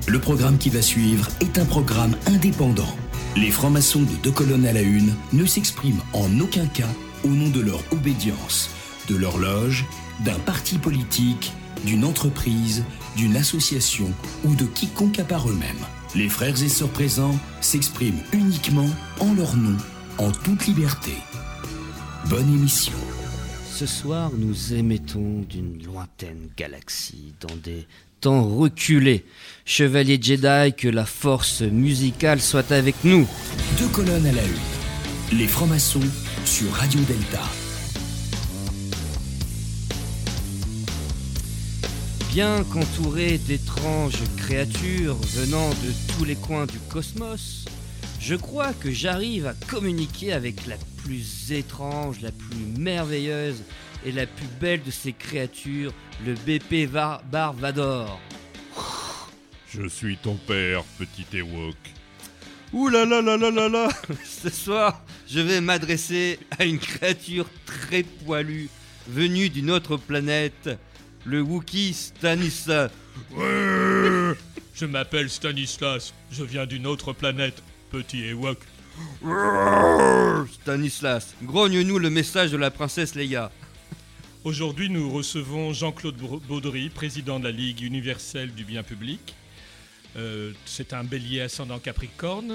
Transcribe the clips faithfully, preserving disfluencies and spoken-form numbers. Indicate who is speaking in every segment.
Speaker 1: Le programme qui va suivre est un programme indépendant. Les francs-maçons de Deux Colonnes à la Une ne s'expriment en aucun cas au nom de leur obédience, de leur loge, d'un parti politique, d'une entreprise, d'une association ou de quiconque à part eux-mêmes. Les frères et sœurs présents s'expriment uniquement en leur nom, en toute liberté. Bonne émission.
Speaker 2: Ce soir, nous émettons d'une lointaine galaxie, dans des temps reculés. Chevalier Jedi, que la force musicale soit avec nous.
Speaker 1: Deux Colonnes à la Une. Les francs-maçons sur Radio Delta.
Speaker 2: Bien qu'entouré d'étranges créatures venant de tous les coins du cosmos, je crois que j'arrive à communiquer avec la plus étrange, la plus merveilleuse et la plus belle de ces créatures, le B P Var- Barvador.
Speaker 3: Je suis ton père, petit Ewok.
Speaker 2: Ouh là là là là là là. Ce soir, je vais m'adresser à une créature très poilue, venue d'une autre planète, le Wookiee Stanislas.
Speaker 3: Ouais, je m'appelle Stanislas, je viens d'une autre planète, petit Ewok.
Speaker 2: Stanislas, grogne-nous le message de la princesse Leia.
Speaker 3: Aujourd'hui, nous recevons Jean-Claude Baudry, président de la Ligue universelle du bien public. Euh, c'est un bélier ascendant Capricorne.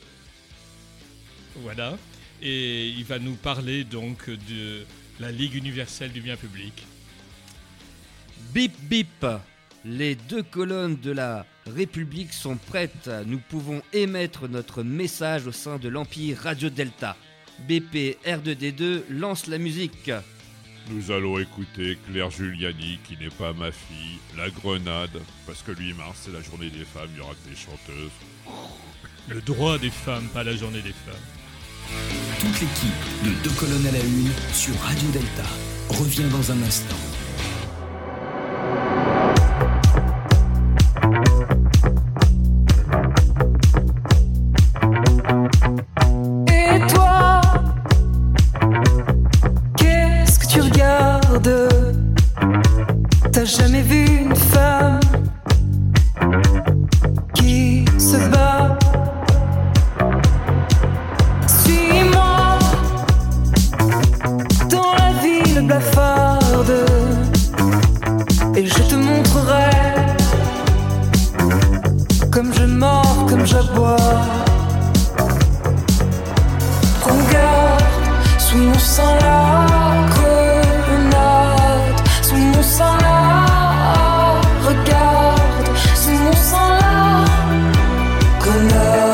Speaker 3: Voilà. Et il va nous parler donc de la Ligue universelle du bien public.
Speaker 2: Bip bip, les deux colonnes de la République sont prêtes. Nous pouvons émettre notre message au sein de l'Empire Radio Delta. B P R deux D deux lance la musique.
Speaker 3: Nous allons écouter Claire Giuliani, qui n'est pas ma fille, La Grenade, parce que le huit mars, c'est la journée des femmes, il n'y aura que des chanteuses. Le droit des femmes, pas la journée des femmes.
Speaker 1: Toute l'équipe de Deux Colonnes à la Une sur Radio Delta revient dans un instant.
Speaker 4: T'as jamais vu une femme qui se bat? Suis-moi dans la ville blafarde et je te montrerai comme je mords, comme j'aboie. Regarde sous mon sang la grenade, sous mon sang là, regarde, sous mon sang là, grenade.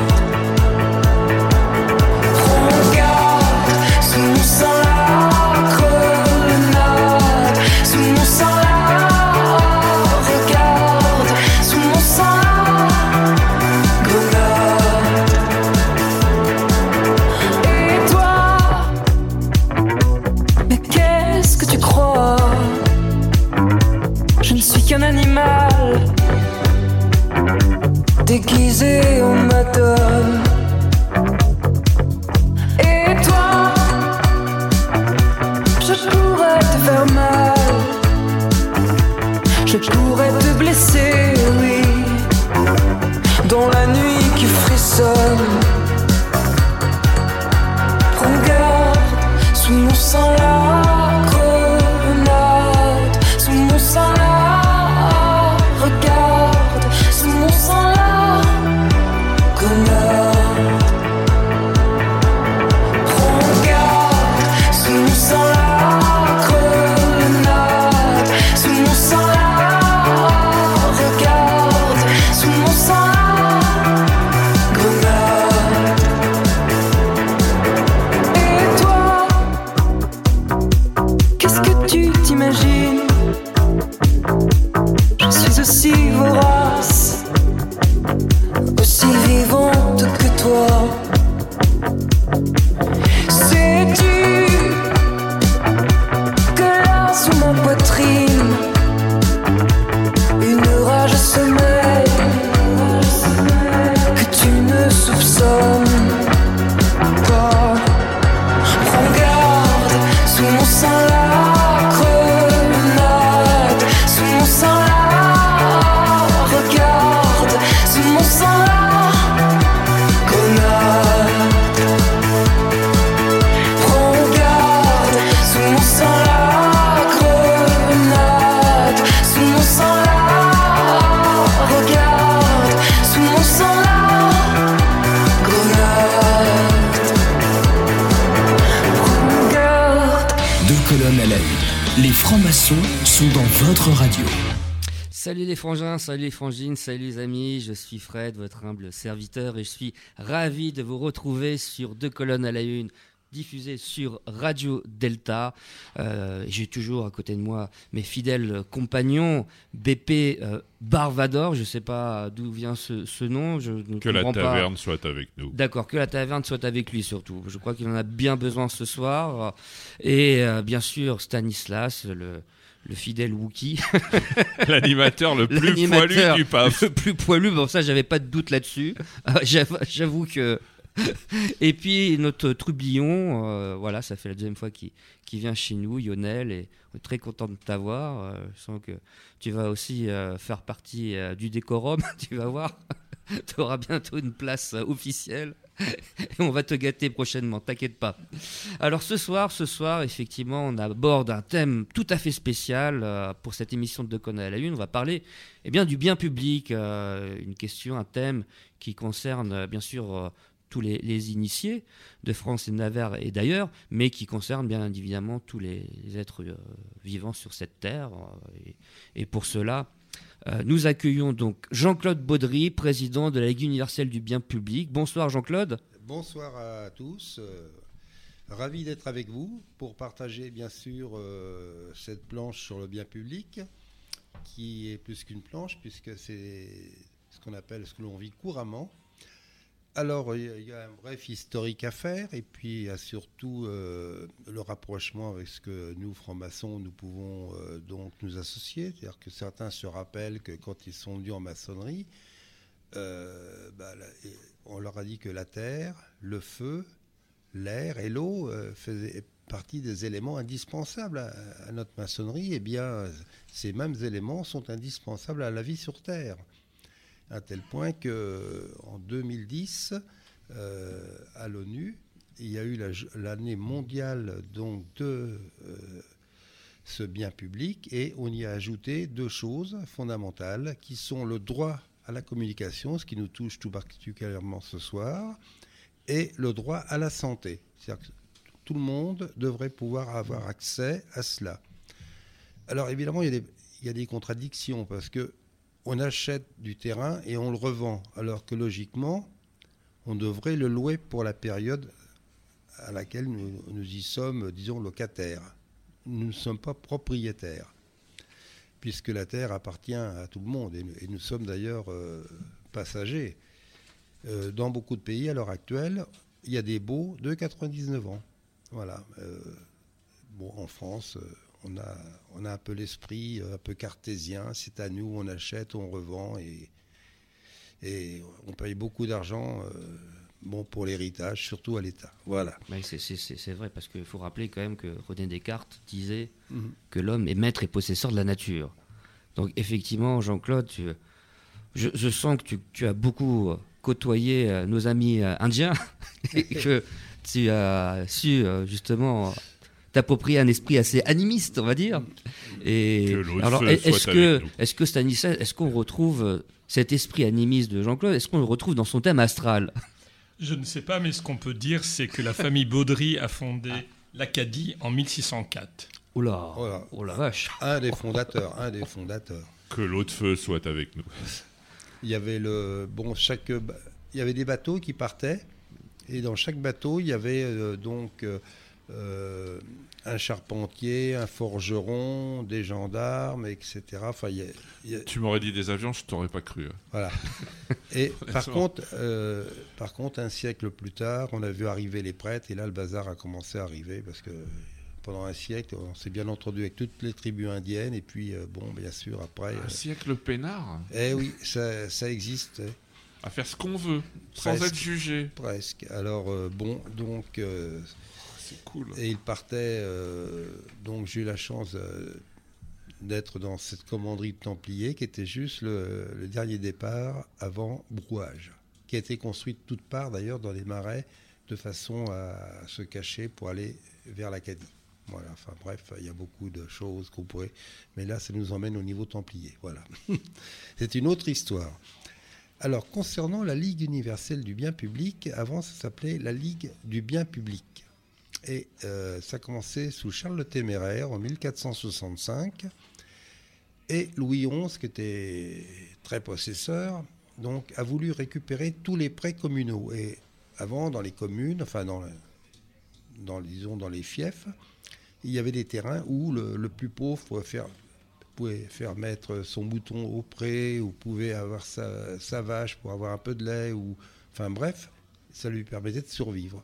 Speaker 4: Regarde, sous mon sang là, grenade, sous mon sang là, regarde, sous mon sang là, grenade. Et toi,
Speaker 1: francs-maçons sont dans votre radio.
Speaker 2: Salut les frangins, salut les frangines, salut les amis, je suis Fred, votre humble serviteur, et je suis ravi de vous retrouver sur Deux colonnes à la une, diffusé sur Radio Delta. Euh, j'ai toujours à côté de moi mes fidèles compagnons, B P euh, Barvador, je ne sais pas d'où vient ce, ce nom. Je ne
Speaker 3: que la taverne
Speaker 2: pas.
Speaker 3: soit avec nous.
Speaker 2: D'accord, que la taverne soit avec lui surtout. Je crois qu'il en a bien besoin ce soir. Et euh, bien sûr Stanislas, le... le fidèle Wookie.
Speaker 3: L'animateur le plus
Speaker 2: L'animateur
Speaker 3: poilu du P A F.
Speaker 2: Le plus poilu, bon ça j'avais pas de doute là-dessus. Euh, j'avoue, j'avoue que... Et puis notre trublion, euh, voilà, ça fait la deuxième fois qu'il, qu'il vient chez nous, Lionel, et on est très content de t'avoir. Euh, je sens que tu vas aussi euh, faire partie euh, du décorum, tu vas voir. Tu auras bientôt une place euh, officielle. Et on va te gâter prochainement, t'inquiète pas. Alors ce soir, ce soir, effectivement, on aborde un thème tout à fait spécial euh, pour cette émission de Deux colonnes à la une. On va parler eh bien, du bien public, euh, une question, un thème qui concerne euh, bien sûr euh, tous les, les initiés de France et de Navarre et d'ailleurs, mais qui concerne bien évidemment tous les êtres euh, vivants sur cette terre. Euh, et, et pour cela... Euh, nous accueillons donc Jean-Claude Baudry, président de la Ligue universelle du bien public. Bonsoir Jean-Claude.
Speaker 5: Bonsoir à tous. Euh, ravi d'être avec vous pour partager bien sûr euh, cette planche sur le bien public qui est plus qu'une planche puisque c'est ce qu'on appelle, ce que l'on vit couramment. Alors, il y a un bref historique à faire et puis il y a surtout euh, le rapprochement avec ce que nous, francs-maçons, nous pouvons euh, donc nous associer. C'est-à-dire que certains se rappellent que quand ils sont venus en maçonnerie, euh, bah, là, on leur a dit que la terre, le feu, l'air et l'eau euh, faisaient partie des éléments indispensables à, à notre maçonnerie. Eh bien, ces mêmes éléments sont indispensables à la vie sur Terre. À tel point qu'en deux mille dix, euh, à l'ONU, il y a eu la, l'année mondiale donc, de euh, ce bien public et on y a ajouté deux choses fondamentales qui sont le droit à la communication, ce qui nous touche tout particulièrement ce soir, et le droit à la santé. C'est-à-dire que tout le monde devrait pouvoir avoir accès à cela. Alors évidemment, il y a des, il y a des contradictions parce que on achète du terrain et on le revend, alors que logiquement, on devrait le louer pour la période à laquelle nous, nous y sommes, disons, locataires. Nous ne sommes pas propriétaires, puisque la terre appartient à tout le monde, et nous, et nous sommes d'ailleurs euh, passagers. Euh, dans beaucoup de pays, à l'heure actuelle, il y a des baux de quatre-vingt-dix-neuf ans. Voilà. Euh, bon, en France... Euh, On a, on a un peu l'esprit un peu cartésien, c'est à nous, on achète, on revend et, et on paye beaucoup d'argent euh, bon, pour l'héritage, surtout à l'État. Voilà.
Speaker 2: Ouais, c'est, c'est, c'est vrai, parce qu'il faut rappeler quand même que René Descartes disait
Speaker 5: Mm-hmm.
Speaker 2: que l'homme est maître et possesseur de la nature. Donc effectivement, Jean-Claude, tu, je, je sens que tu, tu as beaucoup côtoyé euh, nos amis euh, indiens et que tu as su euh, justement... t'approprier un esprit assez animiste, on va dire. Et
Speaker 3: que
Speaker 2: alors,
Speaker 3: feu
Speaker 2: est-ce
Speaker 3: soit
Speaker 2: que,
Speaker 3: avec nous.
Speaker 2: est-ce que Stanislas, est-ce qu'on retrouve cet esprit animiste de Jean-Claude, est-ce qu'on le retrouve dans son thème astral ?
Speaker 6: Je ne sais pas, mais ce qu'on peut dire, c'est que la famille Baudry a fondé l'Acadie en mille six cent quatre.
Speaker 2: Oh là,
Speaker 5: Oh là.
Speaker 2: oh la vache.
Speaker 5: Un des fondateurs, un des fondateurs.
Speaker 3: Que l'eau de feu soit avec nous.
Speaker 5: Il y avait le, bon, chaque, il y avait des bateaux qui partaient, et dans chaque bateau, il y avait euh, donc euh, euh, un charpentier, un forgeron, des gendarmes, et cetera. Enfin, il y a, il y a...
Speaker 3: Tu m'aurais dit des avions, je t'aurais pas cru.
Speaker 5: Voilà. Et par contre, euh, par contre, un siècle plus tard, on a vu arriver les prêtres, et là, le bazar a commencé à arriver, parce que pendant un siècle, on s'est bien entendu avec toutes les tribus indiennes, et puis, euh, bon, bien sûr, après...
Speaker 3: Un
Speaker 5: euh,
Speaker 3: siècle peinard.
Speaker 5: Eh oui, ça, ça existe,
Speaker 3: À faire ce qu'on veut, sans
Speaker 5: Presque.
Speaker 3: être jugé.
Speaker 5: presque. Alors, euh, bon, donc... euh,
Speaker 3: C'est cool.
Speaker 5: et il partait, euh, donc j'ai eu la chance euh, d'être dans cette commanderie de Templiers, qui était juste le, le dernier départ avant Brouage, qui a été construite toute part d'ailleurs dans les marais, de façon à se cacher pour aller vers l'Acadie. Voilà, enfin bref, il y a beaucoup de choses qu'on pourrait... Mais là, ça nous emmène au niveau Templier, voilà. C'est une autre histoire. Alors, concernant la Ligue universelle du bien public, avant, ça s'appelait la Ligue du bien public. Et euh, ça a commencé sous Charles le Téméraire en mille quatre cent soixante-cinq. Et Louis onze, qui était très possesseur, donc, a voulu récupérer tous les prêts communaux. Et avant, dans les communes, enfin dans, le, dans, disons, dans les fiefs, il y avait des terrains où le, le plus pauvre pouvait faire, pouvait faire mettre son mouton au pré, ou pouvait avoir sa, sa vache pour avoir un peu de lait, ou, enfin bref, ça lui permettait de survivre.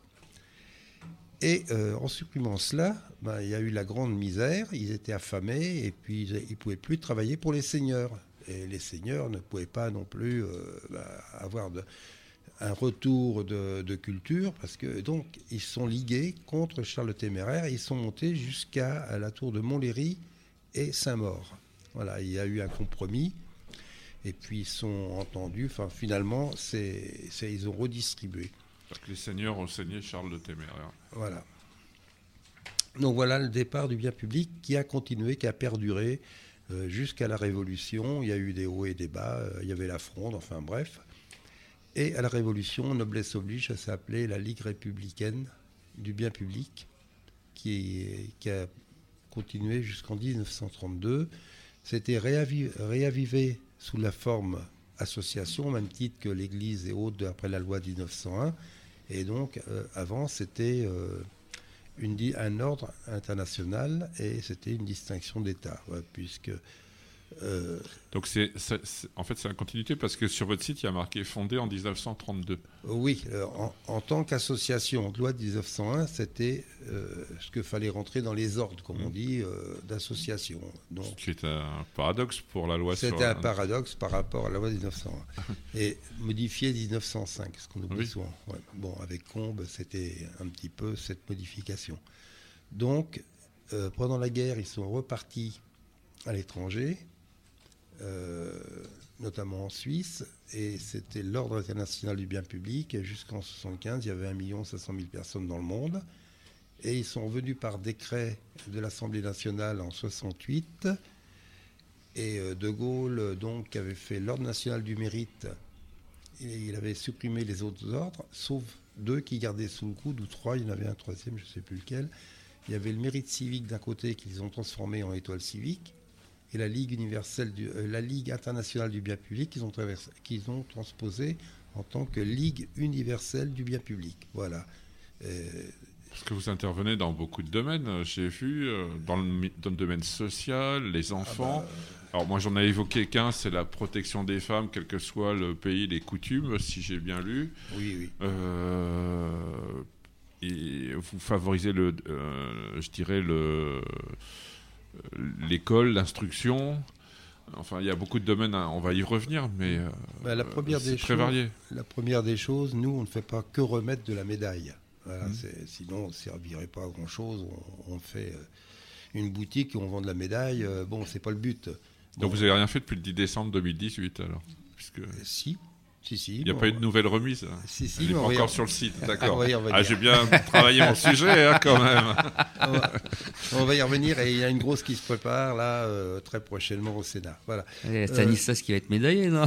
Speaker 5: Et euh, en supprimant cela, ben, il y a eu la grande misère, ils étaient affamés, et puis ils ne pouvaient plus travailler pour les seigneurs. Et les seigneurs ne pouvaient pas non plus euh, ben, avoir de, un retour de, de culture, parce que donc ils sont ligués contre Charles le Téméraire, ils sont montés jusqu'à la tour de Montlhéry et Saint-Maur. Voilà, il y a eu un compromis, et puis ils sont entendus, enfin finalement, c'est, c'est, ils ont redistribué.
Speaker 3: Parce que les seigneurs ont saigné Charles le Téméraire.
Speaker 5: Voilà. Donc voilà le départ du bien public qui a continué, qui a perduré euh, jusqu'à la Révolution. Il y a eu des hauts et des bas, euh, il y avait la Fronde, enfin bref. Et à la Révolution, noblesse oblige, ça s'appelait la Ligue républicaine du bien public, qui, qui a continué jusqu'en dix-neuf cent trente-deux. C'était réaviv- réavivé sous la forme association, au même titre que l'Église et autres après la loi de dix-neuf cent un. Et donc, euh, avant, c'était euh, une, un ordre international et c'était une distinction d'État, ouais, puisque... Euh,
Speaker 3: Donc, c'est, c'est, c'est, en fait, c'est la continuité, parce que sur votre site, il y a marqué « fondé en dix-neuf cent trente-deux ».
Speaker 5: Oui, euh, en, en tant qu'association, loi de dix-neuf cent un, c'était euh, ce qu'il fallait rentrer dans les ordres, comme mmh. on dit, euh, d'association. Donc,
Speaker 3: c'est un paradoxe pour la loi.
Speaker 5: C'était
Speaker 3: sur...
Speaker 5: un paradoxe par rapport à la loi de dix-neuf cent un. Et modifié dix-neuf cent cinq, ce qu'on oublie oui. souvent. Ouais. Bon, avec Combes, c'était un petit peu cette modification. Donc, euh, pendant la guerre, ils sont repartis à l'étranger, euh, notamment en Suisse, et c'était l'Ordre international du bien public. Et jusqu'en mille neuf cent soixante-quinze, il y avait un million cinq cent mille personnes dans le monde. Et ils sont revenus par décret de l'Assemblée nationale en soixante-huit. Et euh, De Gaulle, donc, avait fait l'Ordre national du mérite. Et il avait supprimé les autres ordres, sauf deux qui gardaient sous le coude, ou trois, il y en avait un troisième, je ne sais plus lequel. Il y avait le mérite civique d'un côté qu'ils ont transformé en étoile civique, et la Ligue universelle, du, euh, la Ligue internationale du bien public qu'ils ont, qu'ils ont transposé en tant que Ligue universelle du bien public. Voilà. Euh,
Speaker 3: Parce que vous intervenez dans beaucoup de domaines, j'ai vu, euh, dans, le, dans le domaine social, les enfants. Ah bah, alors moi j'en ai évoqué qu'un, c'est la protection des femmes, quel que soit le pays, les coutumes, si j'ai bien lu.
Speaker 5: Oui, oui.
Speaker 3: Euh, et vous favorisez le, euh, je dirais le, l'école, l'instruction. Enfin, il y a beaucoup de domaines, hein, on va y revenir, mais euh,
Speaker 5: bah, la première
Speaker 3: c'est
Speaker 5: des
Speaker 3: très
Speaker 5: choses,
Speaker 3: varié.
Speaker 5: La première des choses, nous, on ne fait pas que remettre de la médaille. Voilà,
Speaker 3: mmh.
Speaker 5: c'est, sinon, on ne servirait pas à grand-chose. On, on fait euh, une boutique et on vend de la médaille. Euh, bon, c'est pas le but. Bon,
Speaker 3: donc, vous n'avez rien fait depuis le dix décembre deux mille dix-huit, alors puisque...
Speaker 5: euh, Si. Si, si,
Speaker 3: il n'y a
Speaker 5: bon,
Speaker 3: pas eu de nouvelle remise.
Speaker 5: Si, si,
Speaker 3: elle n'est pas encore
Speaker 5: regarde.
Speaker 3: sur le site, d'accord.
Speaker 5: Ah,
Speaker 3: ah, j'ai bien travaillé mon sujet, hein, quand même.
Speaker 5: on, va, on va y revenir, et il y a une grosse qui se prépare, là, euh, très prochainement au Sénat. Voilà.
Speaker 2: Et Stanislas euh, qui va être médaillé, non?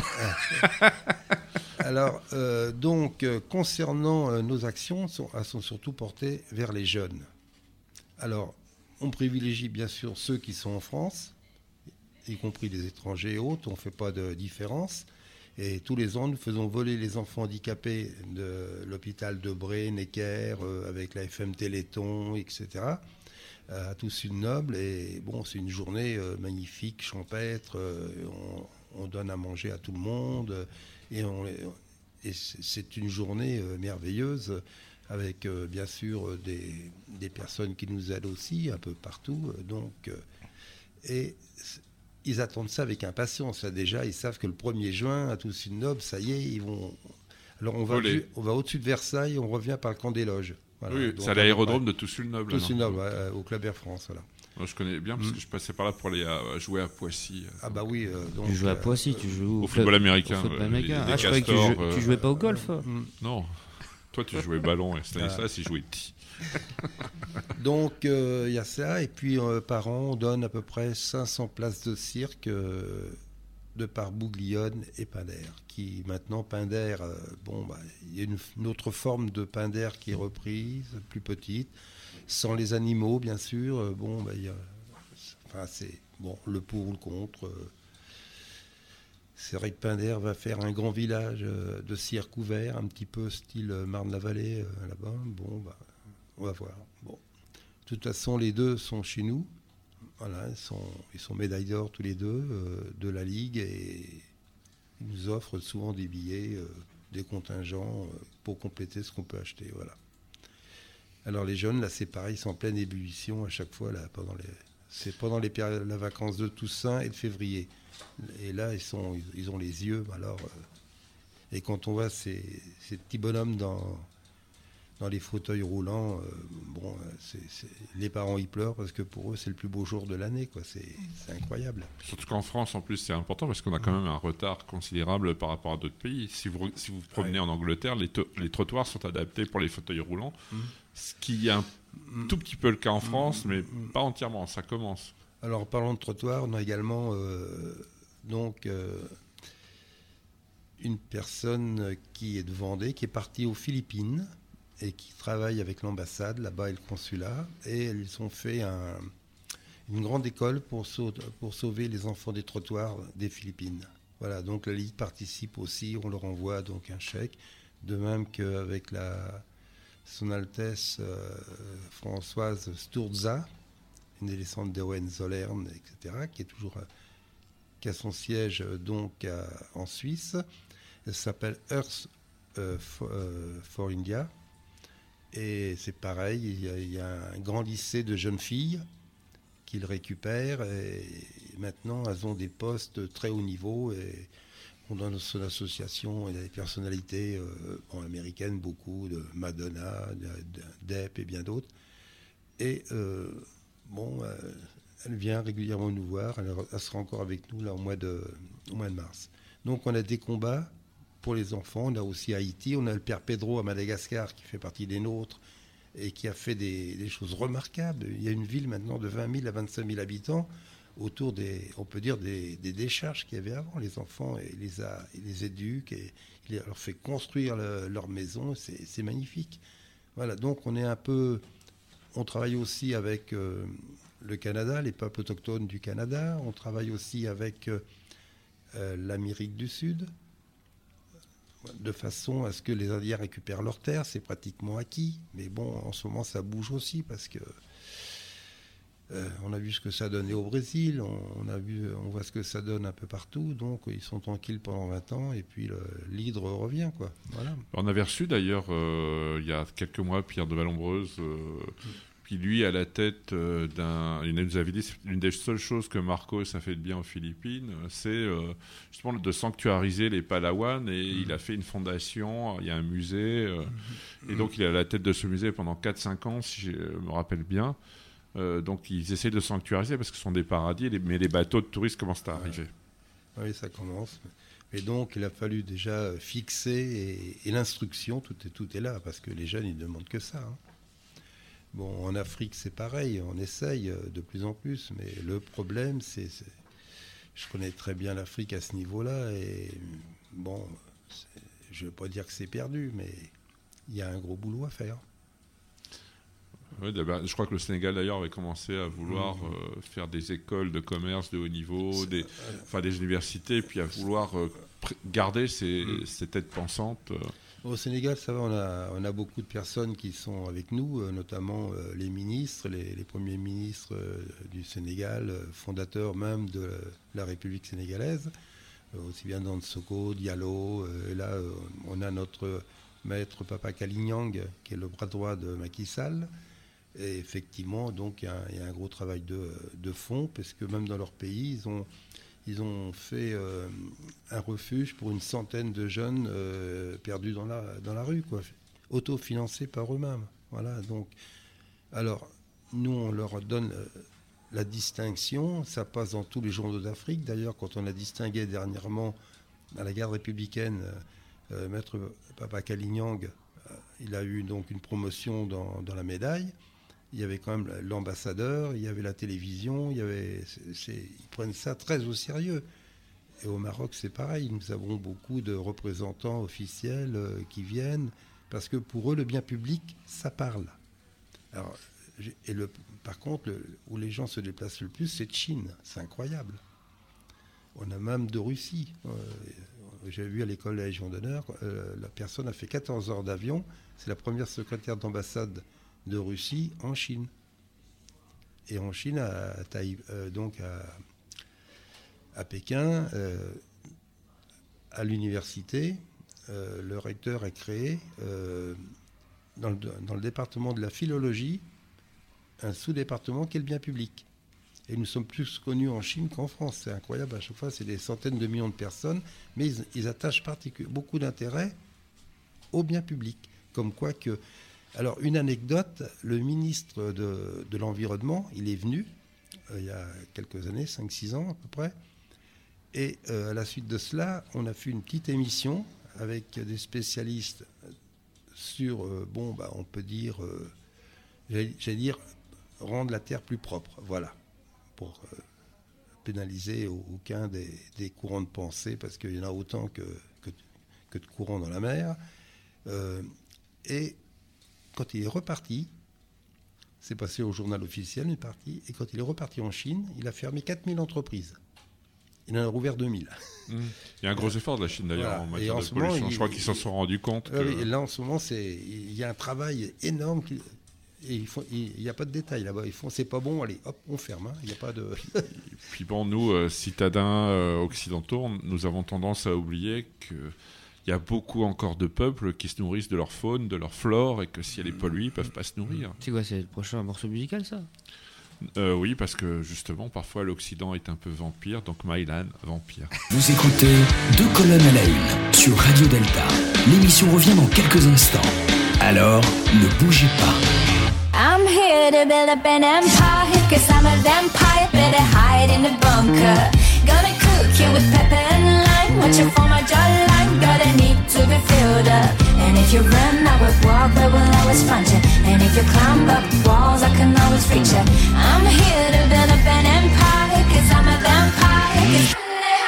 Speaker 5: Alors, euh, donc, euh, concernant euh, nos actions, sont, elles sont surtout portées vers les jeunes. Alors, on privilégie bien sûr ceux qui sont en France, y compris les étrangers et autres, on ne fait pas de différence. Et tous les ans, nous faisons voler les enfants handicapés de l'hôpital de Bray, Necker, euh, avec la F M Téléthon, et cetera, euh, à tous une noble. Et bon, c'est une journée euh, magnifique, champêtre. Euh, on, on donne à manger à tout le monde. Et, on, et c'est une journée euh, merveilleuse, avec euh, bien sûr des, des personnes qui nous aident aussi, un peu partout. Donc, euh, et... ils attendent ça avec impatience. Là, déjà, ils savent que le premier juin, à tous une noble, ça y est, ils vont... Alors, on va, au, on va au-dessus de Versailles, on revient par le camp des Loges. Voilà.
Speaker 3: Oui, c'est à l'aérodrome ouais. de Toussus-le-Noble.
Speaker 5: Toussus-le-Noble, ouais, au Club Air France, voilà.
Speaker 3: Moi, je connais bien, parce que je passais par là pour aller à, jouer à Poissy.
Speaker 5: Ah bah oui. Euh, donc,
Speaker 2: tu joues à Poissy,
Speaker 5: euh,
Speaker 2: tu joues
Speaker 3: au, au football américain.
Speaker 2: Au football
Speaker 3: euh,
Speaker 2: américain.
Speaker 3: Les,
Speaker 2: ah,
Speaker 3: les
Speaker 2: je croyais que tu, jou-
Speaker 3: euh,
Speaker 2: tu jouais pas au golf.
Speaker 5: Euh,
Speaker 3: non. Toi, tu jouais ballon, et Stanislas, il jouait petit.
Speaker 5: Donc, il euh, y a ça. Et puis, euh, par an, on donne à peu près cinq cents places de cirque euh, de par Bouglione et Pinder. Qui, maintenant, Pinder, euh, bon, bah, il y a une, une autre forme de Pinder qui est reprise, plus petite. sans les animaux, bien sûr. Euh, bon, bah, y a, enfin, c'est bon, le pour ou le contre. Euh, c'est vrai que Pinder va faire un grand village euh, de cire couvert, un petit peu style Marne-la-Vallée euh, là-bas. Bon, bah, on va voir. Bon, de toute façon, les deux sont chez nous. Voilà, ils sont, ils sont médailles d'or tous les deux euh, de la Ligue et ils nous offrent souvent des billets, euh, des contingents euh, pour compléter ce qu'on peut acheter. Voilà. Alors les jeunes, là c'est pareil, ils sont en pleine ébullition à chaque fois. Là, pendant les, c'est pendant les périodes, la vacances de Toussaint et de février. Et là, ils, sont, ils ont les yeux. Alors, euh, et quand on voit ces, ces petits bonhommes dans... dans les fauteuils roulants, euh, bon, c'est, c'est, les parents y pleurent parce que pour eux c'est le plus beau jour de l'année, quoi. C'est, c'est incroyable.
Speaker 3: Surtout qu'en France en plus c'est important parce qu'on a quand même un retard considérable par rapport à d'autres pays. Si vous si vous, vous promenez ouais. en Angleterre, les, to- les trottoirs sont adaptés pour les fauteuils roulants, mmh. ce qui est un mmh. tout petit peu le cas en France, mmh. mais mmh. pas entièrement. Ça commence.
Speaker 5: Alors en parlant de trottoirs, on a également euh, donc euh, une personne qui est de Vendée, qui est partie aux Philippines et qui travaille avec l'ambassade là-bas et le consulat, et ils ont fait un, une grande école pour, sau- pour sauver les enfants des trottoirs des Philippines. Voilà, donc la Ligue participe aussi, on leur envoie donc un chèque, de même qu'avec la, son Altesse euh, Françoise Sturza, une des descendante de Hohenzollern, et cetera, qui est toujours qui a son siège donc à, en Suisse. Elle s'appelle Earth euh, for, euh, for India. Et c'est pareil, il y, a, il y a un grand lycée de jeunes filles qui le récupèrent et maintenant elles ont des postes très haut niveau et dans son association il y a des personnalités euh, bon, américaines, beaucoup de Madonna, de, de Depp et bien d'autres. Et euh, bon, euh, elle vient régulièrement nous voir, elle, elle sera encore avec nous là au mois de, au mois de mars. Donc on a des combats pour les enfants. On a aussi Haïti, on a le père Pedro à Madagascar qui fait partie des nôtres et qui a fait des, des choses remarquables. Il y a une ville maintenant de vingt mille à vingt-cinq mille habitants autour des, on peut dire, des, des décharges qu'il y avait avant. Les enfants, il les, a, il les éduque et il leur fait construire le, leur maison. C'est, c'est magnifique. Voilà, donc on est un peu... On travaille aussi avec euh, le Canada, les peuples autochtones du Canada. On travaille aussi avec euh, l'Amérique du Sud, de façon à ce que les Indiens récupèrent leurs terres. C'est pratiquement acquis. Mais bon, en ce moment, ça bouge aussi parce que euh, on a vu ce que ça donnait au Brésil, on, on, a vu, on voit ce que ça donne un peu partout. Donc, ils sont tranquilles pendant vingt ans et puis le, l'hydre revient, quoi. Voilà.
Speaker 3: On avait reçu d'ailleurs, euh, il y a quelques mois, Pierre de Vallombreuse, euh, mmh. puis lui, à la tête euh, d'un... Il nous avait dit c'est l'une des seules choses que Marcos a fait de bien aux Philippines, c'est euh, justement de sanctuariser les Palawans, et mmh. il a fait une fondation, il y a un musée, euh, mmh. et donc il est à la tête de ce musée pendant quatre cinq ans, si je me rappelle bien. Euh, donc ils essayent de sanctuariser parce que ce sont des paradis, les, mais les bateaux de touristes commencent à arriver.
Speaker 5: Oui, ça commence. Et donc il a fallu déjà fixer, et, et l'instruction, tout est, tout est là, parce que les jeunes, ils ne demandent que ça, hein. Bon, en Afrique, c'est pareil, on essaye de plus en plus, mais le problème, c'est... c'est je connais très bien l'Afrique à ce niveau-là, et bon, je ne veux pas dire que c'est perdu, mais il y a un gros boulot à faire.
Speaker 3: Oui, je crois que le Sénégal, d'ailleurs, avait commencé à vouloir mmh. euh, faire des écoles de commerce de haut niveau, des, enfin, des universités, puis à vouloir euh, pr- garder ces, mmh. ces têtes pensantes. Euh.
Speaker 5: Au Sénégal, ça va, on a, on a beaucoup de personnes qui sont avec nous, euh, notamment euh, les ministres, les, les premiers ministres euh, du Sénégal, euh, fondateurs même de la République sénégalaise, euh, aussi bien dans Soko, Diallo, euh, et là, euh, on a notre maître Papa Kalignang, qui est le bras droit de Macky Sall. Et effectivement, donc, il y, y a un gros travail de, de fond, parce que même dans leur pays, ils ont, ils ont fait euh, un refuge pour une centaine de jeunes euh, perdus dans la, dans la rue, quoi, autofinancés par eux-mêmes. Voilà, donc, alors, nous, on leur donne euh, la distinction, ça passe dans tous les journaux d'Afrique. D'ailleurs, quand on a distingué dernièrement à la garde républicaine, euh, maître Papa Kalignang, euh, il a eu donc une promotion dans, dans la médaille. Il y avait quand même l'ambassadeur, il y avait la télévision, il y avait, c'est, c'est, ils prennent ça très au sérieux. Et au Maroc, c'est pareil. Nous avons beaucoup de représentants officiels euh, qui viennent, parce que pour eux, le bien public, ça parle. Alors, et le, par contre, le, où les gens se déplacent le plus, c'est de Chine. C'est incroyable. On a même de Russie. Euh, j'ai vu à l'école de la Légion d'honneur, euh, la personne a fait quatorze heures d'avion. C'est la première secrétaire d'ambassade de Russie en Chine. Et en Chine, à, à Taï, euh, donc à, à Pékin, euh, à l'université, euh, le recteur a créé, euh, dans, le, dans le département de la philologie, un sous-département qui est le bien public. Et nous sommes plus connus en Chine qu'en France. C'est incroyable, à chaque fois, c'est des centaines de millions de personnes, mais ils, ils attachent particu- beaucoup d'intérêt au bien public. Comme quoi que... Alors, une anecdote, le ministre de, de l'Environnement, il est venu, euh, il y a quelques années, cinq six ans à peu près, et euh, à la suite de cela, on a fait une petite émission avec des spécialistes sur, euh, bon, bah, on peut dire, euh, j'allais, j'allais dire, rendre la Terre plus propre, voilà, pour euh, pénaliser aucun des, des courants de pensée, parce qu'il y en a autant que, que, que de courants dans la mer. Euh, et quand il est reparti, c'est passé au journal officiel, il est parti, et quand il est reparti en Chine, il a fermé quatre mille entreprises. Il en a rouvert deux mille.
Speaker 3: Mmh. Il y a un gros effort de la Chine d'ailleurs, voilà, en matière
Speaker 5: en
Speaker 3: de pollution.
Speaker 5: Moment,
Speaker 3: Je crois qu'ils s'en sont rendus compte.
Speaker 5: Euh,
Speaker 3: que...
Speaker 5: oui, là, en ce moment, c'est, il y a un travail énorme. Qui, et ils font, il n'y a pas de détails là-bas. Ils font, c'est pas bon, allez, hop, on ferme. Hein. Il n'y a pas de...
Speaker 3: Puis bon, nous, euh, citadins euh, occidentaux, nous avons tendance à oublier que... Il y a beaucoup encore de peuples qui se nourrissent de leur faune, de leur flore, et que si elle est polluée, ils ne peuvent pas se nourrir.
Speaker 2: C'est quoi, c'est le prochain morceau musical, ça ?
Speaker 3: euh, Oui, parce que justement, parfois, l'Occident est un peu vampire, donc Mylan, vampire.
Speaker 1: Vous écoutez Deux colonnes à la une sur Radio Delta. L'émission revient dans quelques instants. Alors, ne bougez pas.
Speaker 7: I'm here to build up an empire, cause I'm a vampire, better hide in the bunker. Gonna cook you with pepper and lime, watch you for my jawline, gotta need to be filled up. And if you run, I will walk, but will always find you. And if you climb up walls, I can always reach you. I'm here to build up an empire, cause I'm a vampire. Cause